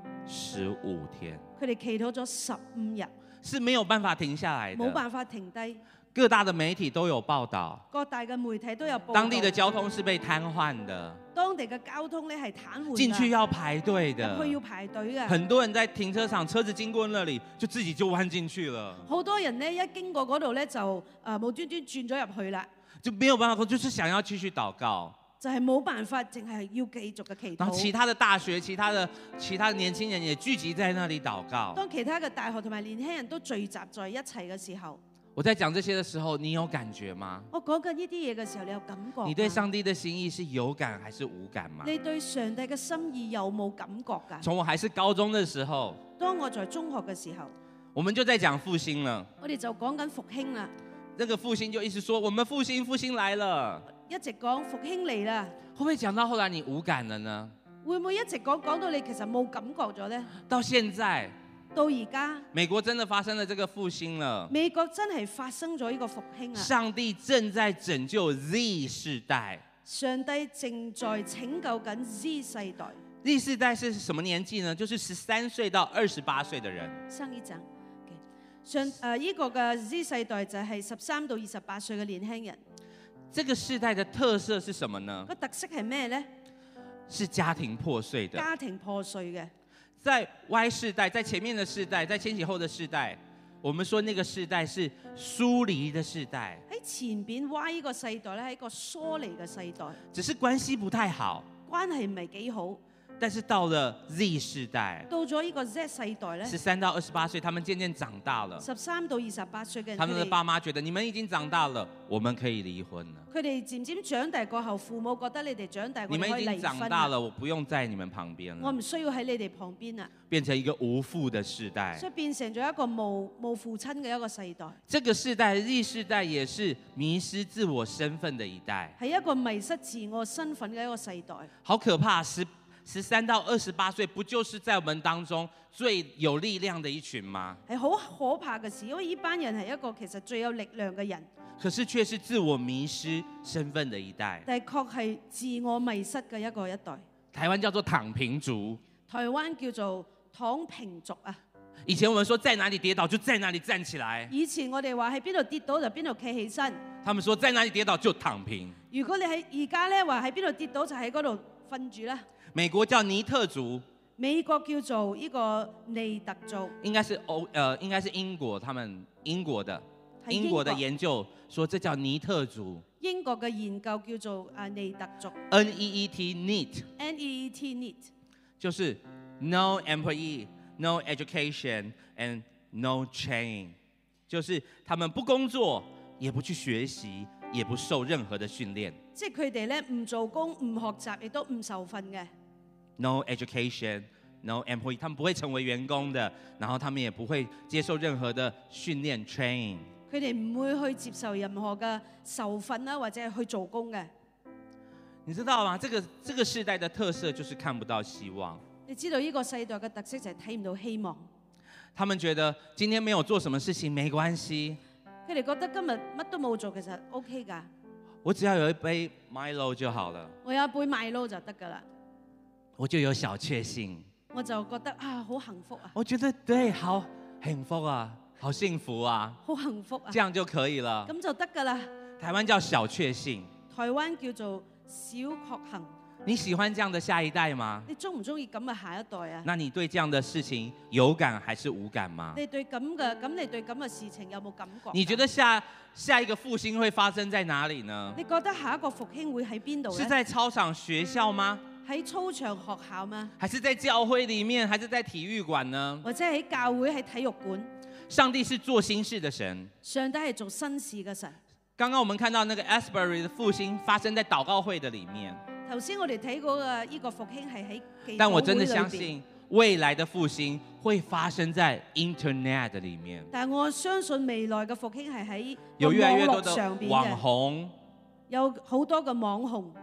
A: 15天，
B: 佢哋祈禱咗15日，
A: 是沒有辦法停下來的。
B: 冇辦法停低。
A: 各大的媒體都有報道，
B: 各大嘅媒體都有報道，
A: 當地的交通是被癱瘓的，
B: 當地嘅交通咧係癱瘓㗎，
A: 進去要排隊的，
B: 入去要排隊嘅。
A: 很多人在停車場，車子經過那裡就自己就彎進去了，
B: 好多人咧一經過嗰度咧就無端端轉咗入去啦，
A: 就沒有辦法，就是想要繼續禱告。
B: 就係冇辦法，淨係要繼續嘅祈
A: 然後其
B: 禱。
A: 他的大學、其他的年輕人也聚集在那裡禱告。
B: 當其他嘅大學同埋年輕人都聚集在一齊嘅時候，
A: 我在講這些的時候，你有感覺嗎？
B: 我講緊呢啲嘢嘅時候，你有感覺嗎？
A: 你對上帝的心意是有感還是無感嗎？
B: 你對上帝嘅心意有冇感覺㗎？
A: 從我還是高中的時候，
B: 當我在中學嘅時候，
A: 我們就在講復興了。
B: 我哋就講緊復興啦，
A: 那個復興就一直說我們復興，復興來了。
B: 一直講復興嚟啦，
A: 會不會講到後來你無感了呢？
B: 會唔會一直講到你其實冇感覺咗呢？
A: 到現在，
B: 到而家，
A: 美國真的發生了這個復興了。
B: 美國真係發生咗呢個復興啊！
A: 上帝正在拯救 Z 世代。
B: 上帝正在拯救緊 Z 世代。
A: Z 世代是什麼年紀呢？就是13歲到28歲的人。
B: 生呢陣呢個嘅 Z 世代就係13到28歲嘅年輕人。
A: 這個世代的特色是什麼呢？
B: 個特色係咩呢？
A: 是家庭破碎的。
B: 家庭破碎嘅。
A: 在 Y 世代，在前面的世代，在千禧後的世代，我們說那個世代是疏離的世代。
B: 喺前邊 Y 呢個世代咧，係一個疏離嘅世代，
A: 只是關係不太好。
B: 關係唔係幾好。
A: 但是到了 Z 世代，
B: 到咗呢個 Z 世代咧
A: 13到28歲，他們漸漸長大了。
B: 13到28歲嘅人，
A: 他們的爸媽覺得你們已經長大了，我們可以離婚了。
B: 佢哋漸漸長大過後，父母覺得你哋長大，
A: 你們已經長大了，我不用在你們旁邊了。
B: 我唔需要喺你哋旁邊啦。
A: 變成一個無父的世代，
B: 所以變成咗一個冇父親嘅一個世代。
A: 這個世代 Z 世代也是迷失自我身份的一代，
B: 係一個迷失自我身份嘅一個世代。
A: 好可怕！13到28歲，不就是在我們當中最有力量的一群嗎？
B: 係好可怕嘅事，因為呢班人係一個其實最有力量嘅人，
A: 可是卻是自我迷失身份的一代。
B: 但係確係自我迷失嘅一代。
A: 台灣叫做躺平族，
B: 台灣叫做躺平族啊！
A: 以前我們說在哪裡跌倒就在哪裡站起來，
B: 以前我哋話喺邊度跌倒就邊度企起身。
A: 他們說在哪裡跌倒就躺平。
B: 如果你喺而家咧話喺邊度跌倒就喺嗰度瞓住啦。
A: 美國叫尼特族，
B: 美國叫做呢個尼特族，
A: 應該是英國，他們英國的研究說這叫尼特族。
B: 英國嘅研究叫做尼特族
A: NEET， 就是 no employee, no education and no training， 就是他們不工作，也不去學習，也不受任何的訓練。
B: 即係佢哋咧唔做工、唔學習，亦都唔受訓嘅。
A: No education, no employee， 他們不會成為員工的，然後他們也不會接受任何的訓練 training。
B: 佢哋唔會去接受任何嘅受訓啦，或者係去做工嘅。
A: 你知道嗎？這個世代的特色就是看不到希望。
B: 你知道呢個世代嘅特色就係睇唔到希望。
A: 他們覺得今天沒有做什麼事情沒關係。
B: 佢哋覺得今日乜都冇做，其實 OK 㗎。
A: 我只要有一杯 Milo 就好了。
B: 我有一杯麥撈就得㗎啦。
A: 我就有小確幸。
B: 我就覺得啊，好幸福啊。
A: 我覺得對，好幸福啊，好幸福啊。
B: 好幸福啊。
A: 這樣就可以了。
B: 咁就得㗎啦。
A: 台灣叫小確幸。
B: 台灣叫做小確幸。
A: 你喜歡這樣的下一代嗎？
B: 你中唔中意咁嘅下一代啊？
A: 那你對這樣的事情有感還是無感嗎？
B: 你對咁嘅事情有冇感覺？
A: 你覺得下一個復興會發生在哪裡呢？
B: 你覺得下一個復興會喺邊度？
A: 是在操場學校嗎？
B: 喺操場學校嗎？
A: 還是在教會裡面？還是在體育館呢？
B: 或者喺教會喺體育館？
A: 上帝是做新事的神。
B: 上帝係做新事嘅神。
A: 剛剛我們看到那個 Asbury 的復興發生在禱告會的裡面。
B: 頭先我哋睇過嘅呢個復興係喺祈禱會裏邊。
A: 但我真的相信未來的復興會發生在 Internet 裡面。
B: 但我相信未來嘅復興係喺
A: 有越來越多的
B: 網絡上邊嘅。
A: 網紅，
B: 有好多嘅網紅。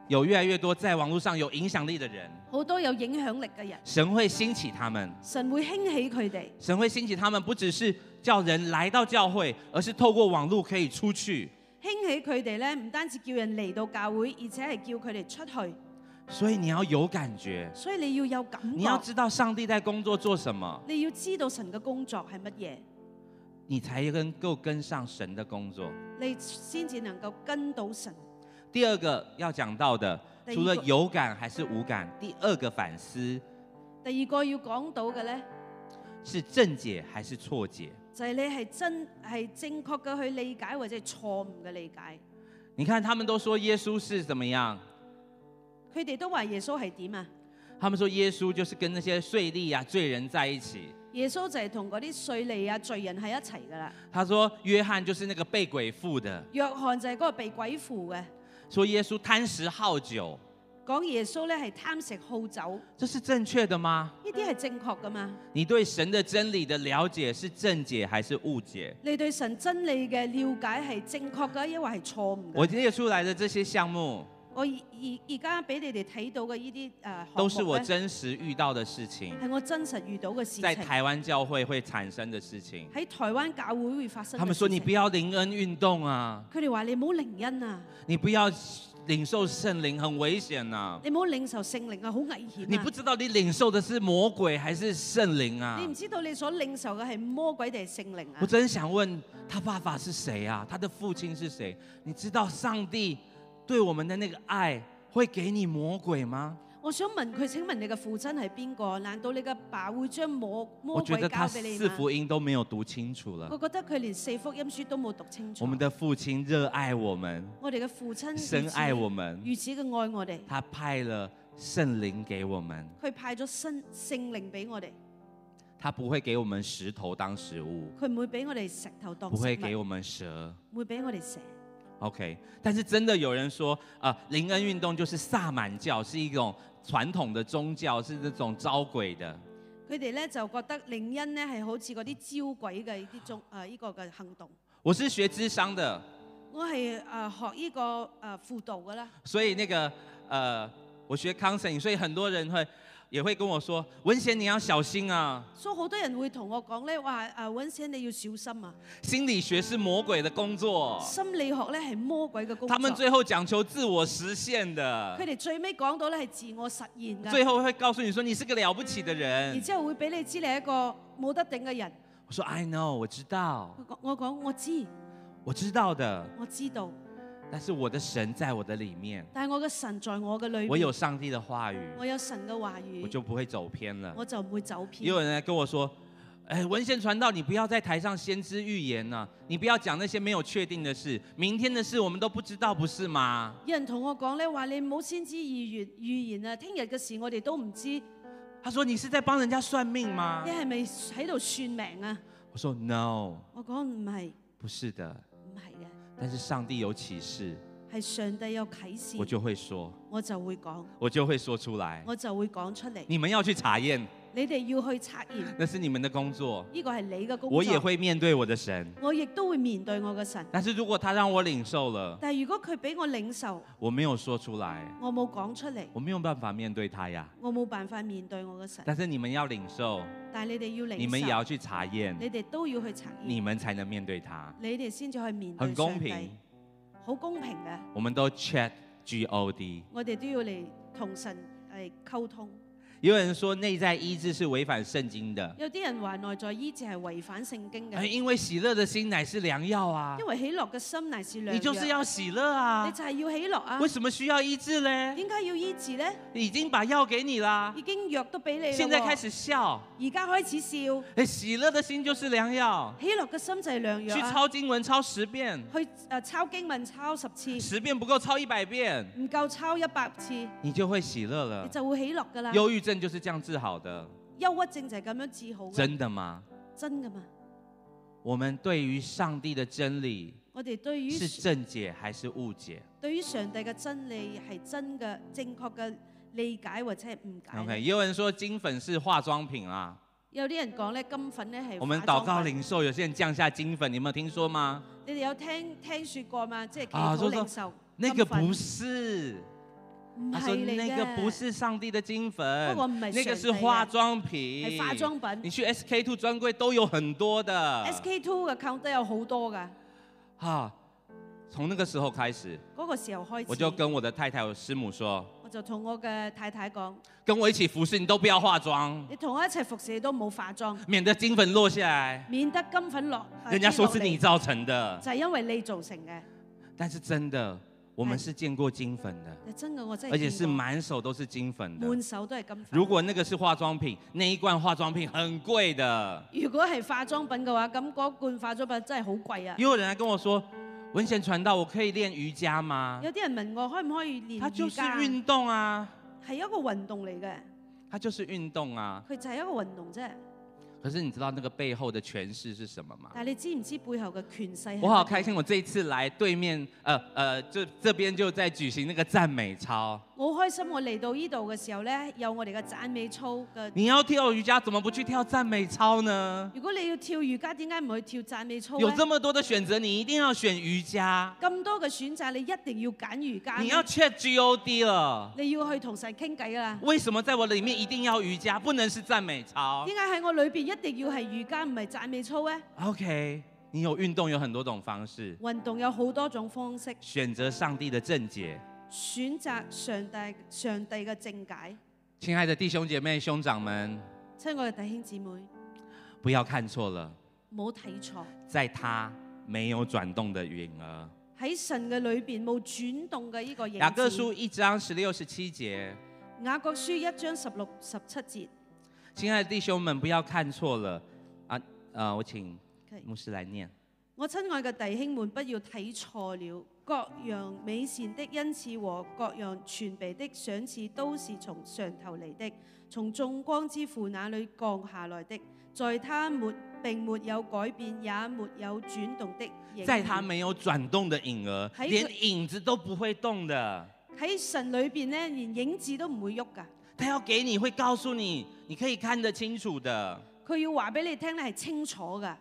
A: 有越来越多在網絡上有影響力的人，
B: 好多有影響力嘅人，
A: 神會興起他們。
B: 神會興起佢哋。
A: 神會興起他們，不只是叫人來到教會，而是透過網絡可以出去。
B: 興起佢哋咧，唔單止叫人嚟到教會，而且係叫佢哋出去。
A: 所以你要有感覺，
B: 所以你要有感覺，
A: 你要知道上帝在工作做什麼，
B: 你要知道神嘅工作係乜嘢，
A: 你才能夠跟上神的工作。
B: 你先至能夠跟到神。
A: 第二個要講到的，
B: 第二個
A: 除了有感還是無感，第二個反思
B: 第二個要講到嘅咧，
A: 是正解還是錯解。
B: 就係你係正確嘅去理解，或者係錯誤嘅理解。
A: 你看他們都說耶穌是怎麼樣？
B: 佢哋都話耶穌係點啊？
A: 他們說耶穌就是跟那些稅吏啊、罪人在一起。
B: 耶穌就係同嗰啲稅吏啊、罪人喺一齊噶啦。
A: 他說約翰就是那個被鬼附的，
B: 約翰就係嗰個被鬼附嘅。
A: 說耶穌貪食好酒，
B: 講耶穌咧係貪食好酒，
A: 這是正確的嗎？
B: 呢啲係正確噶嘛？
A: 你對神的真理的了解是正解還是誤解？
B: 你對神真理嘅了解係正確嘅，抑或係錯誤嘅？
A: 我列出來的這些項目，
B: 我而家俾你哋睇到嘅呢啲
A: 都是我
B: 項目咧，
A: 真實遇到的事情，
B: 係我真實遇到嘅事情，
A: 在台灣教會會產生的事情。
B: 喺台灣教會會發生嘅事情。
A: 他們說你不要靈恩運動啊，
B: 佢哋話你唔好靈恩啊，
A: 你不要領受聖靈，很危險啊。
B: 你唔好領受聖靈啊，好危險啊！
A: 你不知道你領受的是魔鬼還是聖靈啊
B: 你？唔知道你所領受嘅係魔鬼定係聖靈啊
A: 我？真想問他爸爸是誰啊？他的父親是誰？你知道上帝對我們的那個愛會給你魔鬼嗎？
B: 我想問佢，請問你嘅父親係邊個？難道你嘅爸會將魔
A: 我覺
B: 鬼
A: 得他
B: 交俾你嗎？
A: 四福音都沒有讀清楚了
B: 我。覺得佢連四福音書都冇讀清楚。
A: 我們的父親熱愛我們，
B: 我哋嘅父親
A: 深愛我們，
B: 如此嘅愛我哋，
A: 他派了聖靈給我們，
B: 佢派咗聖靈俾我哋，
A: 他不會給我們石頭當食物，
B: 佢唔會俾我哋石頭當
A: 不
B: 食物，
A: 會給我們蛇。
B: 唔會俾我哋蛇。
A: OK，但是真的有人說靈恩運動就是薩滿教，是一種傳統的宗教，是這種招鬼的。
B: 佢哋咧就覺得靈恩咧係好似嗰啲招鬼嘅呢種呢個嘅行動。
A: 我是學諮商的，
B: 我係學呢個輔導嘅啦，
A: 所以我學 counseling，所以很多人也會跟我說，文賢你要小心啊，
B: 所以好多人會同我講咧話揾錢你要小心啊。
A: 心理學是魔鬼的工作，
B: 心理學咧係魔鬼嘅工作。
A: 他們最後講求自我實現的
B: 佢，哋最尾講到咧係自我實現㗎，
A: 最後會告訴你說你是個了不起的人
B: 然。之後會俾你知你係一個冇得頂嘅人。
A: 我說 I know，我知道，
B: 我講
A: 我知道的，
B: 我知道，
A: 但是我的神在我的裡面，
B: 但係我嘅神在我嘅裏面，
A: 我有上帝的話語，
B: 我有神嘅話語，
A: 我就不會走偏了。
B: 我就唔會走偏。
A: 也有人來跟我說，哎，文獻傳道，你不要在台上先知預言呐、你不要講那些沒有確定的事，明天的事我們都不知道，不是嗎？
B: 有人同我講咧話，你唔好先知預言啊，聽日嘅事我哋都唔知。
A: 他說你是在幫人家算命嗎
B: 你？係咪喺度算命啊？
A: 我說 No，
B: 我講唔係，
A: 不是的，
B: 唔係嘅，
A: 但是上帝有啟示，
B: 係上帝有啟示，
A: 我就會說，
B: 我就會講，
A: 我就會說出來。
B: 我就會講出嚟。
A: 你們要去查驗，
B: 你哋要去測驗，
A: 那是你們的工作，
B: 呢個係你嘅工作。
A: 我也會面對我的神。
B: 我亦都會面對我嘅神。
A: 但是如果他讓我領受了，
B: 但係如果佢俾我領受，
A: 我沒有說出來，
B: 我冇講出嚟，
A: 我沒有辦法面對他呀。
B: 我冇辦法面對我嘅神。
A: 但是你們要領受，
B: 但係你哋要領受，
A: 你們也要去查驗，
B: 你哋都要去測驗，
A: 你們才能面對他。
B: 你哋先至可以面對
A: 很公
B: 上帝
A: 平，
B: 好公平嘅。
A: 我們都 chat GOD。
B: 我哋都要嚟同神溝通。
A: 有人說內在醫治是違反聖經的，
B: 有啲人話內在醫治係違反聖經嘅，
A: 因為喜樂的心乃是良藥啊
B: 因。為喜樂嘅心乃是良藥。
A: 你就是要喜樂
B: 你
A: 啊，
B: 就係要喜樂啊！
A: 為什麼需要醫治呢？
B: 點解要醫治呢？
A: 已經把藥給你啦，
B: 已經藥都俾你啦喎，
A: 現在開始笑，
B: 而家開始笑，
A: 喜樂的心就是良藥。
B: 喜樂嘅心就係良藥
A: 去
B: 啊！
A: 抄經文抄10遍，
B: 去抄經文抄10次，
A: 10遍不夠抄100遍，
B: 唔夠抄100次，
A: 你就會喜樂了
B: 你。就會喜樂噶啦。
A: 憂鬱症就是這樣治好的，
B: 憂鬱症就係咁樣治好嘅，
A: 真的嗎？
B: 真噶嘛？
A: 我們對於上帝的真理
B: 我哋對於
A: 是正解還是誤解
B: 對於上帝嘅真理係真嘅正確嘅理解或者係誤解呢。
A: ？OK，也有人說金粉是化妝品啊，
B: 有啲人講咧金粉咧係
A: 我們
B: 化
A: 禱告
B: 妝品
A: 領受，有些人降下金粉，你有沒有聽說嗎？
B: 你哋有聽說過嘛？即係祈
A: 啊
B: 禱領受
A: 那個
B: 金粉
A: 不是，
B: 唔
A: 他說
B: 係嚟
A: 那個不
B: 嘅，
A: 是上帝的金粉，
B: 嗰個唔係
A: 那個是
B: 上帝嘅
A: 化妝品，
B: 係化妝品。
A: 你去 SK2 專櫃都有很多的。
B: SK2 嘅 account 都有好多㗎。
A: 啊，從那個時候開始，
B: 嗰個時候開始，
A: 我就跟我的太太我師母說，
B: 我就同我嘅太太講：
A: 跟我一起服侍，你都不要化妝，
B: 你同我一齊服侍，你都冇化妝，
A: 免得金粉落下來，
B: 免得金粉落。
A: 人家說是你
B: 跌落嚟
A: 造成的。
B: 就係因為你造成嘅。
A: 但是真的，我們是見過金粉的，
B: 但真嘅我真係
A: 而且是
B: 見過
A: 滿手都是金粉的。
B: 滿手都係金粉。
A: 如果那個是化妝品，那一罐化妝品很貴的。
B: 如果係化妝品嘅話，咁嗰罐化妝品真係好貴啊！
A: 也有人來跟我說，文賢傳道，我可以練瑜伽嗎？
B: 有啲人問我可唔可以練
A: 它就是
B: 瑜伽？
A: 運動啊，
B: 係一個運動嚟嘅，
A: 它就是運動啊。
B: 佢就係一個運動啫。
A: 可是你知道那個背後的詮釋是什麼嗎？
B: 但係你知唔知背後嘅權勢係乜嘢？
A: 我好開心，我這一次來對面，就這邊就在舉行那個讚美操。
B: 我好開心，我嚟到呢度嘅時候呢，有我哋嘅讚美操嘅。
A: 你要跳瑜伽，怎麼不去跳讚美操呢？
B: 如果你要跳瑜伽，點解唔去跳讚美操呢？
A: 有這麼多的選擇，你一定要選瑜伽。
B: 咁多嘅選擇，你一定要揀瑜伽。
A: 你要 check GOD 了。
B: 你要去同神傾偈啦。
A: 為什麼在我裡面一定要瑜伽，不能是讚美操
B: 點解喺我裏邊一定要係瑜伽，唔係讚美操呢？
A: ？OK，你有運動有很多種方式，
B: 運動有好多種方式，
A: 選擇上帝的正解。
B: 選擇上帝嘅正解。
A: 親愛的弟兄姐妹、兄長們，
B: 親愛嘅弟兄姊妹，
A: 不要看錯了，
B: 唔好睇錯。
A: 在他沒有轉動的影兒。
B: 喺神嘅裏邊冇轉動嘅呢個影子。
A: 雅各書1章16、17節。
B: 雅各書1章16、17節。
A: 親愛的弟兄們，不要看錯了啊！我請牧師來念。
B: 我親愛嘅弟兄們，不要睇錯了。各樣美善的恩賜和各樣全備的賞賜，都是從上頭嚟的，從眾光之父那裏降下來的。在他並沒有改變，也沒有轉動的影兒。
A: 在他沒有轉動的影兒，連影子都不會動的。
B: 喺神裏邊呢，連影子都唔會喐㗎。
A: 他要給你，會告訴你，你可以看得清楚的。
B: 佢要話俾你聽咧，係清楚㗎。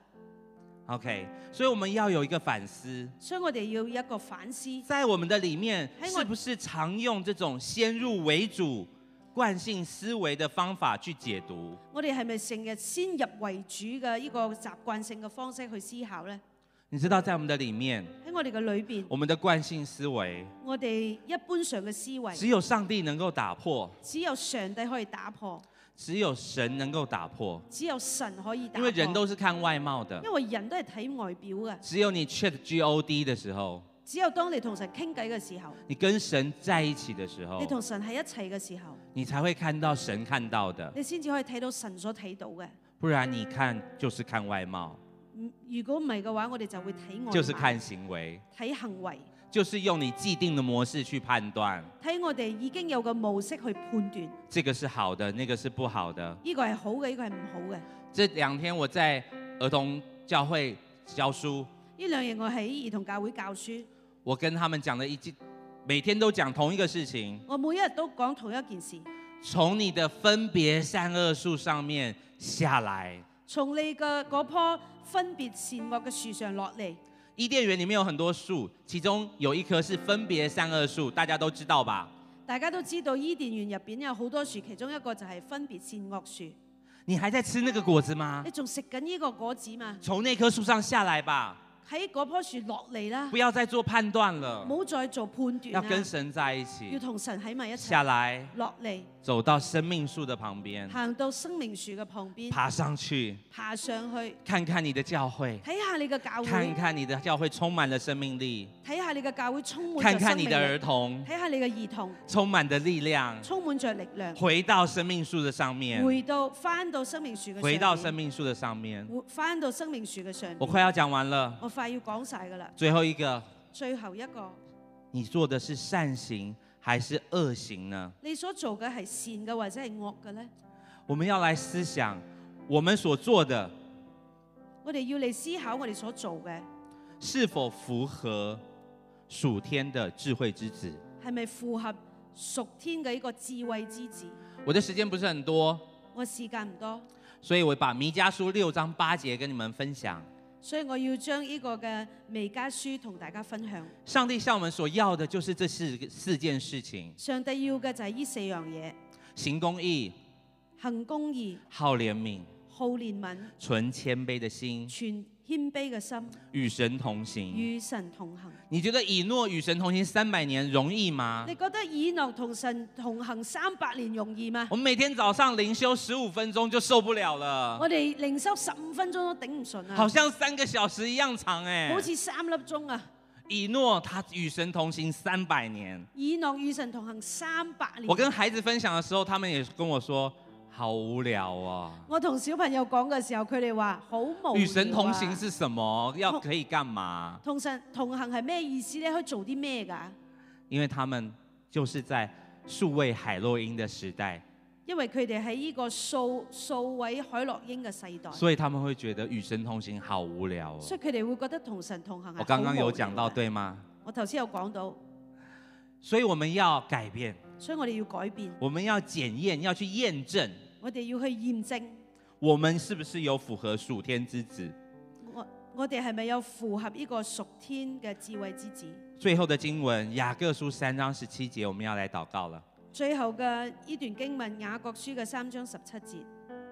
A: OK，所以我們要有一個反思。
B: 所以我哋要一個反思，
A: 在我們的裡面，是不是常用這種先入為主、慣性思維的方法去解讀？
B: 我哋係咪成日先入為主嘅呢個習慣性嘅方式去思考呢？
A: 你知道，在我們的裡面，
B: 喺我哋嘅裏邊，
A: 我們的慣性思維，
B: 我哋一般上嘅思維，
A: 只有上帝能夠打破，
B: 只有上帝可以打破，
A: 只有神能夠打破，
B: 只有神可以打破。
A: 因為人都是看外貌的。
B: 因為人都係睇外表嘅。
A: 只有你 check GOD 的時候，
B: 只有當你同神傾偈嘅時候，
A: 你跟神在一起的時候
B: 你，同神喺一齊嘅時候，
A: 你才會看到神看到的。
B: 你先至可以睇到神所睇到嘅。
A: 不然你看就是看外貌，
B: 如果唔係嘅話，我哋就會睇外貌，
A: 就是看行為，
B: 睇行為，
A: 就是用你既定的模式去判斷，
B: 睇我哋已經有個模式去判斷，
A: 這個是好的，那個是不好的。
B: 呢個係好嘅，呢個係唔好嘅。
A: 這2天我在兒童教會教書，
B: 呢2日我喺兒童教會教書，
A: 我跟他們講的每天都講同一個事情。
B: 我每一日都講同一件事。
A: 從你的分別善惡樹上面下來，
B: 從你嘅嗰棵分別善惡嘅樹上落嚟。
A: 伊甸園裡面有很多樹，其中有一棵是分別善惡樹，大家都知道吧？
B: 大家都知道伊甸園入邊有好多樹，其中一個就係分別善惡樹。
A: 你還在吃那個果子嗎？
B: 你仲食緊呢個果子嘛？
A: 從那棵樹上下來吧，
B: 喺嗰棵樹落嚟啦，
A: 不要再做判斷了，
B: 唔好再做判斷
A: 要
B: 啦。
A: 跟神在一
B: 要
A: 起。
B: 同神喺埋一齊。
A: 下來，
B: 落嚟，
A: 走到生命樹的旁邊，
B: 行到生命樹嘅旁邊，
A: 爬上去，
B: 爬上去，
A: 看看你的教會，
B: 睇下你嘅教
A: 看
B: 會，
A: 看你的教會充滿了生命力，
B: 睇下你嘅教會充滿着
A: 看
B: 生命
A: 看你的兒
B: 力，
A: 童
B: 睇下你嘅兒童
A: 充滿的力量，
B: 充滿着力量，
A: 回到生命樹的上面，
B: 翻到生命樹嘅上面，
A: 回到生命樹的上面。
B: 翻到生命樹嘅上面。
A: 我快要講完了，
B: 我快要講晒噶啦，
A: 最後一個，
B: 最後一個，
A: 你做的是善行還是惡行呢？
B: 你所做嘅係善嘅或者係惡嘅呢？
A: 我們要來思想，我們所做的
B: 我哋要嚟思考我哋所做嘅
A: 是否符合屬天的智慧之子。
B: 係咪符合屬天嘅一個智慧之子？
A: 我的時間不是很多，
B: 我時間唔多，
A: 所以我把彌迦書6章8節跟你們分享。
B: 所以我要將呢個嘅彌迦書同大家分享。
A: 上帝向我們所要的就是這四件事情：
B: 上帝要嘅就係呢四樣嘢：
A: 行公義、
B: 行公義、
A: 好憐憫、
B: 好憐憫、
A: 存謙卑的心、
B: 存謙卑嘅心，
A: 與神同行。
B: 與神同行。
A: 你覺得以諾與神同行300年容易嗎？
B: 你覺得以諾同神同行300年容易嗎？
A: 我們每天早上靈修15分鐘就受不了了，
B: 我哋靈修15分鐘都頂唔順啊！
A: 好像3個小時一樣長哎。
B: 好似3粒鐘啊！
A: 以諾他與神同行300年。
B: 以諾與神同行300年。
A: 我跟孩子分享的時候，他們也跟我說。好無聊啊！
B: 我同小朋友講嘅時候，佢哋話好無聊啊。與
A: 神同行是什麼？要可以幹嘛？
B: 同神同行係咩意思咧？可以做啲咩㗎？
A: 因為他們就是在數位海洛因的時代。
B: 因為佢哋喺呢個數位海洛因嘅世代。
A: 所以他們會覺得與神同行好無聊哦。
B: 所以佢哋會覺得同神同行係好無聊。
A: 我剛剛有講到對嗎？
B: 我頭先有講到。
A: 所以我們要改變。
B: 所以我哋要改變。
A: 我們要檢驗，要去驗證。
B: 我哋要去驗證，
A: 我們是不是有符合屬天之子？
B: 我哋係咪有符合呢個屬天嘅智慧之子？
A: 最後的經文雅各書3章17節，我們要來禱告了。
B: 最後嘅呢段經文雅各書嘅3章17節，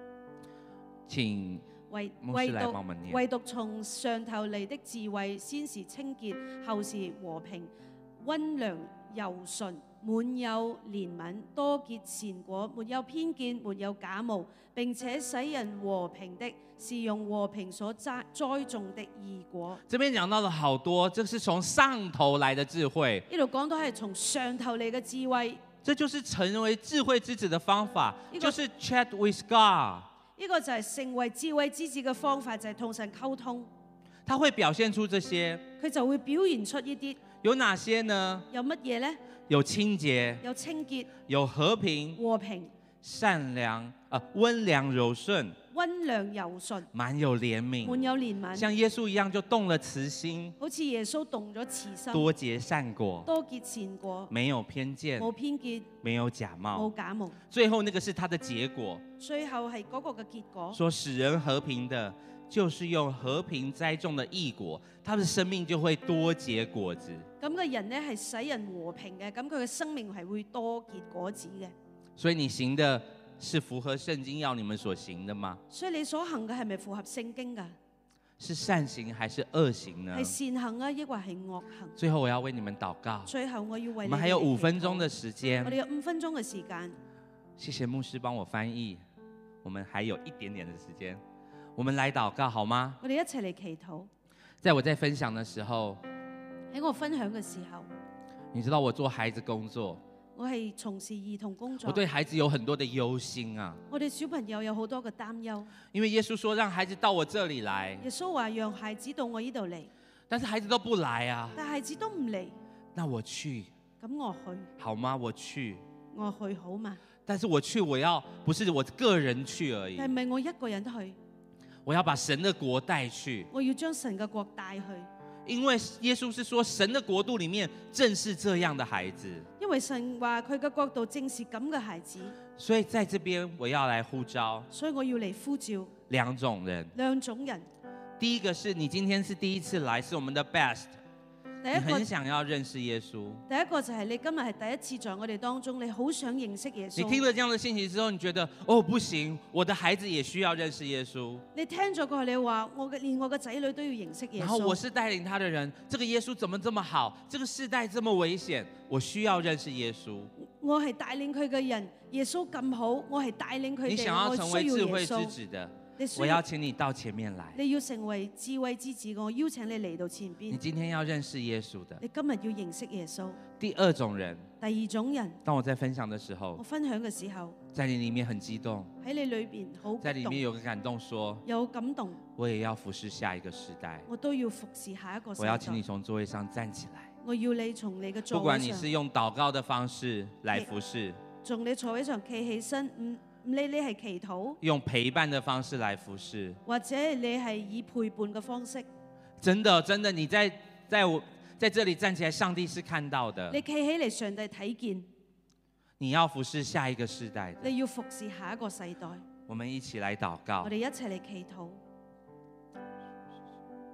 A: 請牧師來幫我們念。
B: 唯獨從上頭嚟的智慧，先是清潔，後是和平、溫良、柔順。滿有憐憫，多結善果，沒有偏見，沒有假冒，並且使人和平的，是用和平所栽種的義果。
A: 這邊講到了好多，這是從上頭來的智慧。
B: 呢度講到係從上頭嚟嘅智慧，
A: 這就是成為智慧之子的方法，就是 chat with God。
B: 呢個就係成為智慧之子嘅方法，就係同神溝通。
A: 他會表現出這些，
B: 佢就會表現出呢啲。
A: 有哪些呢？
B: 有乜嘢呢？
A: 有清潔，
B: 有清潔，
A: 有和平，
B: 和平，
A: 善良，溫良柔順，
B: 溫良柔順，
A: 滿有憐憫，
B: 滿有憐憫，
A: 像耶穌一樣就動了慈心，
B: 好似耶穌動咗慈心，
A: 多結善果，
B: 多結善果，
A: 沒有偏見，
B: 冇偏見，
A: 沒有假冒，
B: 冇假冒，
A: 最後那個是他的結果，
B: 最後係嗰個嘅結果，
A: 說使人和平的，就是用和平栽種的義果，他的生命就會多結果子。
B: 咁嘅人呢係使人和平嘅，咁佢嘅生命係會多結果子嘅。
A: 所以你行的是符合聖經要你們所行的嗎？
B: 所以你所行嘅係咪符合聖經㗎？
A: 是善行還是惡行呢？
B: 係善行啊，抑或係惡行？
A: 最後我要為你們禱告。
B: 最後我要為你們。
A: 我們還有5分鐘的時間。
B: 我哋有5分鐘嘅時間。
A: 謝謝牧師幫我翻譯。我們還有一點點的時間，我們來禱告好嗎？
B: 我哋一齊嚟祈禱。
A: 在我在分享的時候，
B: 喺我分享嘅時候，
A: 你知道我做孩子工作，
B: 我係從事兒童工作，
A: 我對孩子有很多的憂心啊。
B: 我哋小朋友有好多嘅擔憂，
A: 因為耶穌說讓孩子到我這裡來，
B: 耶穌話讓孩子到我呢度嚟，
A: 但是孩子都不來啊。
B: 但孩子都唔嚟，
A: 那我去，
B: 咁我去
A: 好嗎？我去，
B: 我去好嘛？
A: 但是我去，我要不是我個人去而已，
B: 但係唔係我一個人去，
A: 我要把神的國帶去，
B: 我要將神嘅國帶去。
A: 因為耶穌是說神的國度裡面正是這樣的孩子，
B: 因為神話佢嘅國度正是咁嘅孩子，
A: 所以在這邊我要來呼召，
B: 所以我要嚟呼召
A: 兩種人。
B: 兩種人。
A: 第一個是你今天是第一次來，是我們的 best，
B: 第一
A: 你很
B: 個
A: 想要認識耶穌。
B: 第一個就係你今日係第一次在我哋當中，你好想認識耶穌。
A: 你聽了這樣的信息之後，你覺得哦不行，我的孩子也需要認識耶穌。
B: 你聽咗過後，你話連我嘅仔女都要認識耶穌。
A: 然後我是帶領他的人，這個耶穌怎麼這麼好？這個世代這麼危險，我需要認識耶穌。
B: 我係帶領佢嘅人，耶穌咁好，我係帶領佢哋，
A: 你想要成為智慧之子的，我要請你到前面來。
B: 你要成為智慧之子，我邀請你嚟到前邊。
A: 你今天要認識耶穌的，
B: 你今日要認識耶穌。
A: 第二種人，
B: 第二種人，
A: 當我在分享的時候，
B: 我分享嘅時候，
A: 在你裡面很激動，
B: 喺你裏邊好
A: 在裡面有個感動說，
B: 有感動，
A: 我也要服侍下一個時代，
B: 我都要服侍下一個時代。
A: 我要請你從座位上站起來。
B: 我要你從你嘅座位上，
A: 不管你是用禱告的方式來服侍，
B: 從你座位上企起身，唔理你係祈禱，
A: 用陪伴的方式來服侍，
B: 或者你係以陪伴嘅方式。
A: 真的，你在這裡站起來，上帝是看到的。
B: 你企起嚟，上帝睇見。
A: 你要服侍下一個世代的，
B: 你要服侍下一個世代。
A: 我們一起來禱告。
B: 我哋一齊嚟祈禱。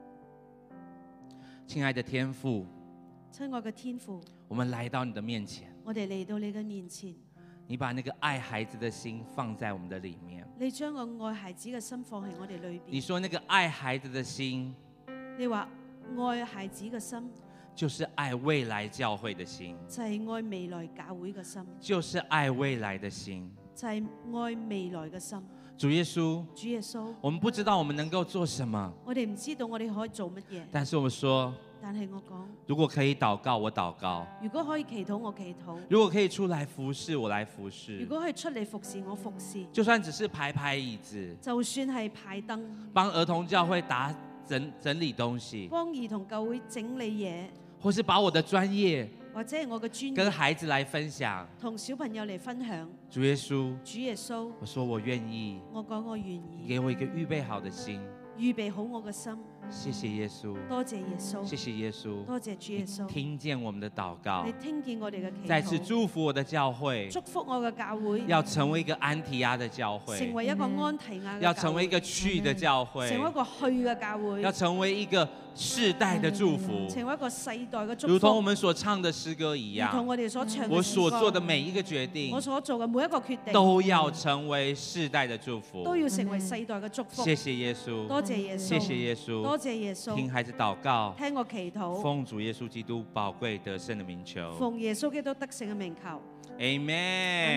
A: 亲爱的天父，
B: 親愛嘅天父，
A: 我们来到你的面前，
B: 我哋嚟到你嘅面前，
A: 你把那个爱孩子的心放在我们的里面。
B: 你將個愛孩子嘅心放喺我哋裏邊。
A: 你说那个爱孩子的心，
B: 你話愛孩子嘅心
A: 就是爱未来教会的心，
B: 就係愛未來教會嘅心，
A: 就是爱未来的心。
B: 就係愛未來嘅心。
A: 主耶稣，
B: 主耶穌，
A: 我们不知道我们能够做什么，
B: 我哋唔知道我哋可以做乜嘢，
A: 但是我们说，
B: 但係我講，
A: 如果可以祷告，我禱告；
B: 如果可以祈禱，我祈禱；
A: 如果可以出来服侍，我来服
B: 如
A: 侍。
B: 果可以出嚟服侍，我服侍。
A: 就算只是排排椅子，
B: 就算係排燈，
A: 帮儿童教会整理東西，
B: 幫兒童教會整理嘢，
A: 或是把我的專業
B: 或者係我嘅專
A: 跟
B: 業
A: 孩子來分享。
B: 同小朋友嚟分享。
A: 主耶穌，
B: 主耶穌，
A: 我說我願意，
B: 我講我願意，
A: 給我一個預備好的心。
B: 預備好我嘅心。
A: 謝謝耶穌，
B: 多謝耶穌，
A: 謝謝耶穌，
B: 多謝主耶穌。
A: 聽見我們的禱告
B: 你，聽見我哋嘅祈禱，
A: 再次祝福我的教會，
B: 祝福我嘅教會，
A: 要成為一個安提亞的教
B: 成
A: 會，
B: 為一個安提亞嘅教會，
A: 要成為一個去的教會，
B: 成為一個去嘅教會，
A: 要成為一個世代的祝福，
B: 成為一個世代嘅祝福，
A: 如同我們所唱的詩歌一
B: 如同
A: 樣。
B: 我哋所唱嘅
A: 我所
B: 詩歌
A: 做的每一個決定
B: 我，所做嘅每一個決定，
A: 都要成為世代的祝福。
B: 都要成為世代嘅祝福。
A: 謝謝耶穌，
B: 多謝耶穌，
A: 謝謝耶穌，
B: 多謝耶穌，
A: 聽孩子禱告，
B: 聽我祈禱，
A: 奉主耶穌基督寶貴得勝的名求。
B: 奉耶穌基督得勝嘅名求。
A: Amen。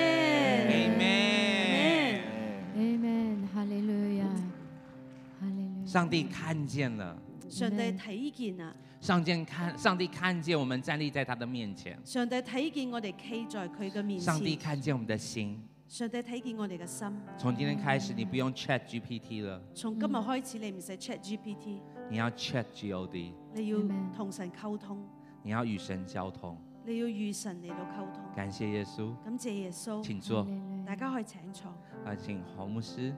B: Amen。
C: Amen， 哈利路亞，哈利路亞。
A: 上帝看見了，
B: 上帝睇見啊！
A: 上帝看見我們站立在他的面前，
B: 上帝睇見我哋企在佢嘅面
A: 上帝
B: 前，
A: 看見我們的心。
B: 上帝睇見我哋嘅心。
A: 從今天開始，你不用 Chat GPT 了，
B: 從今日開始，你唔使 Chat GPT，
A: 你要 Chat GOD，
B: 你要
C: Amen
B: 同神溝通，
A: 你要與神交通。
B: 你要與神嚟到溝通。
A: 感謝耶穌，
B: 感謝耶穌，
A: 請坐。
B: 大家可以請坐。
A: 請侯牧師。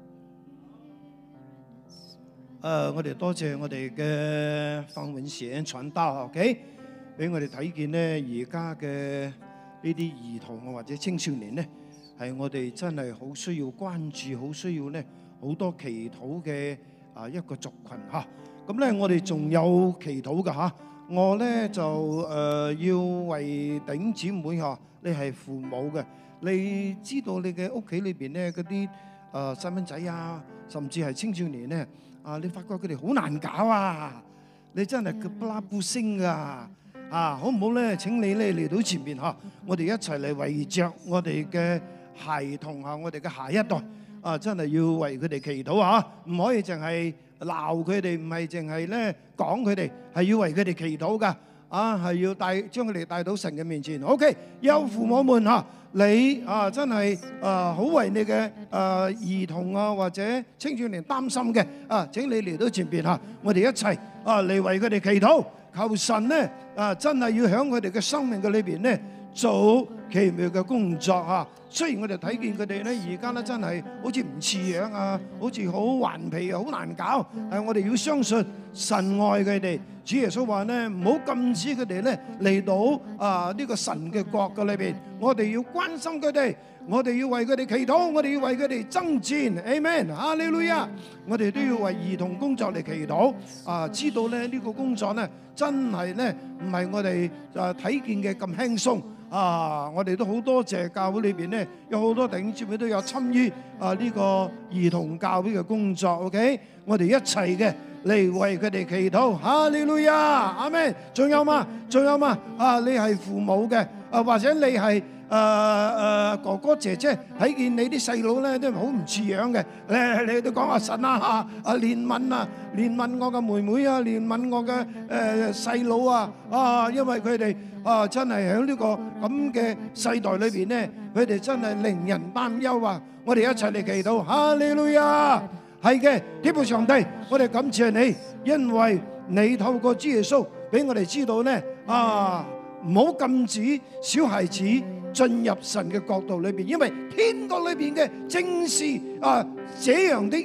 D: 我哋多謝我哋嘅方永賢傳道 ，OK， 俾我哋睇見呢而家嘅呢啲兒童或者青少年呢，係我哋真係好需要關注，好需要呢好多祈禱嘅一個族群嚇。咁咧我哋仲有祈禱嘅嚇，我咧就要為弟兄姊妹嚇，你係父母嘅，你知道你嘅屋企裏邊咧嗰啲細蚊仔啊，甚至係青少年咧。你發覺佢哋好難搞啊！你真係佢不拉不聲噶好唔好咧？請你咧嚟到前面嚇，我哋一齊嚟為着我哋嘅孩童我哋嘅下一代真係要為佢哋祈禱唔可以淨係鬧佢哋，唔係淨係咧講佢哋，係要為佢哋祈禱噶係要將佢哋帶到神嘅面前。OK， 有父母們你真係好為你嘅兒童或者青少年擔心嘅請你嚟到前邊我哋一齊嚟為佢哋祈禱，求神呢真係要喺佢哋嘅生命嘅裏邊呢做奇妙嘅工作雖然我哋睇見佢哋咧而家咧真係好似唔似樣好似好頑皮好難搞，但係我哋要相信神愛佢哋。主耶穌話咧唔好禁止佢哋咧嚟到呢個神嘅國嘅裏邊，我哋要關心佢哋，我哋要為佢哋祈禱，我哋要為佢哋爭戰。Amen， 哈利路亞！我哋都要為兒童工作嚟祈禱知道咧呢個工作咧真係咧唔係我哋睇見嘅咁輕鬆。我哋都好多謝教會裏邊咧，有好多弟兄姊妹都有參與呢個兒童教會嘅工作。OK， 我哋一齊嘅嚟為佢哋祈禱。哈利路亞，阿們。仲有嘛？你係父母嘅或者你係哥哥姐姐，睇見你啲細佬咧都好唔似樣嘅，你都講神憐憫我嘅妹妹憐憫我嘅細佬因為佢哋真係喺呢個咁嘅世代裏邊咧，佢哋真係令人擔憂我哋一齊嚟祈禱，哈利路亞！係嘅，天父上帝，我哋感謝你，因為你透過主耶穌俾我哋知道咧唔好禁止小孩子進入神嘅國度裏邊，因為天國裏邊嘅正是這樣的人。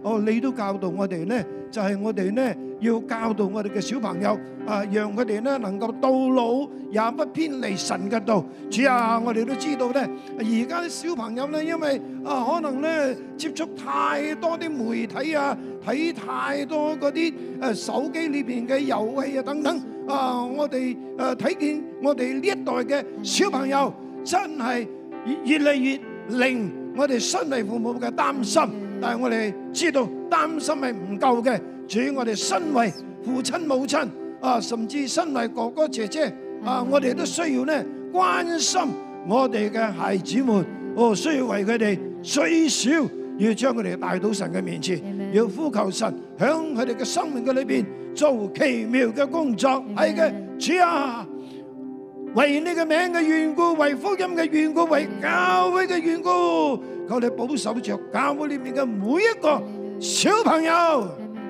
D: 你都教導我哋呢，就係我哋呢要教導我哋嘅小朋友讓佢哋呢能夠到老也不偏離神嘅道。主啊，我哋都知道呢，而家啲小朋友呢，因為可能呢接觸太多啲媒體睇太多嗰啲手機裏邊嘅遊戲等等我哋睇見我哋呢一代嘅小朋友真係越嚟越令我哋身為父母嘅擔心，但係我哋知道擔心係唔夠嘅。主，我哋身為父親母親甚至身為哥哥姐姐我哋都需要呢關心我哋嘅孩子們，需要為佢哋最少要將佢哋帶到神嘅面前，要呼求神響佢哋嘅生命嘅裏邊做奇妙嘅工作。係嘅，主啊，為你嘅名嘅緣故，為福音嘅緣故，為教會嘅緣故，求你保守着教會裏面嘅每一個小朋友，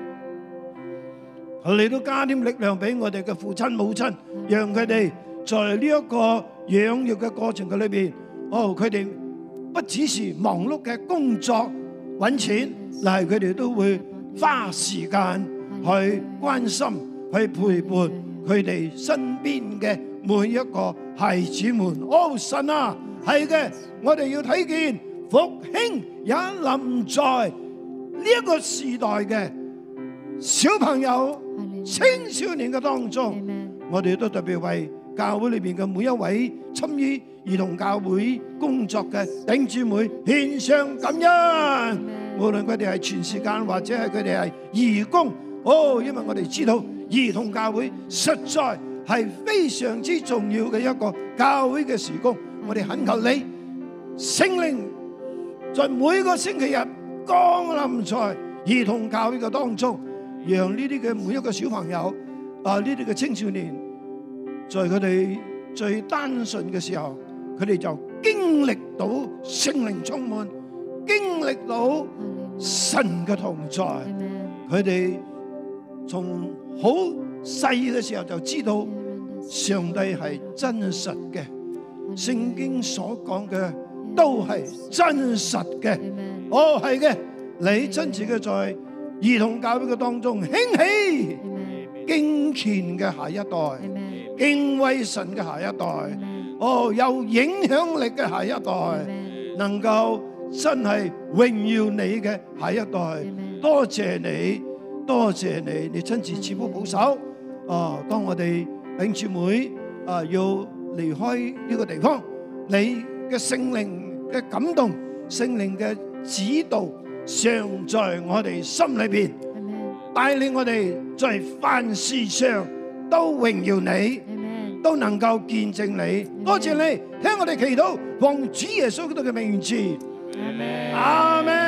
D: 求你都加添力量俾我哋嘅父親母親，讓佢哋在呢一個養育嘅過程嘅裏邊，佢哋不只是忙碌嘅工作揾錢，但係佢哋都會花時間去關心、去陪伴佢哋身邊嘅每一個孩子們。神啊，係嘅，我哋要睇見復興也臨在呢一個時代嘅小朋友、青少年嘅當中。我哋都特別為教會裏邊嘅每一位參與兒童教會工作嘅弟兄姊妹獻上感恩，無論佢哋係全時間或者係佢哋係義工。因為我哋知道兒童教會實在係非常之重要嘅一個教會嘅事工。我哋懇求你聖靈在每個星期日降臨在兒童教會嘅當中，讓呢啲嘅每一個小朋友呢啲嘅青少年，在佢哋最單純嘅時候，佢哋就經歷到聖靈充滿，經歷到神嘅同在。佢哋從好細嘅時候就知道上帝係真實嘅，聖經所講嘅都係真實嘅。係嘅，你親自嘅在兒童教會嘅當中興起敬虔嘅下一代，敬畏神嘅下一代，有影響力嘅下一代，能夠真係榮耀你嘅下一代。多謝你，多謝你，你親自賜福保守。當我哋弟兄姊妹要離開呢個地方，你嘅聖靈嘅感動、聖靈嘅指導常在我哋心裏邊，帶領我哋在凡事上都榮耀你，都能夠見證你。多謝你聽我哋祈禱，奉主耶穌基督嘅名字，阿們。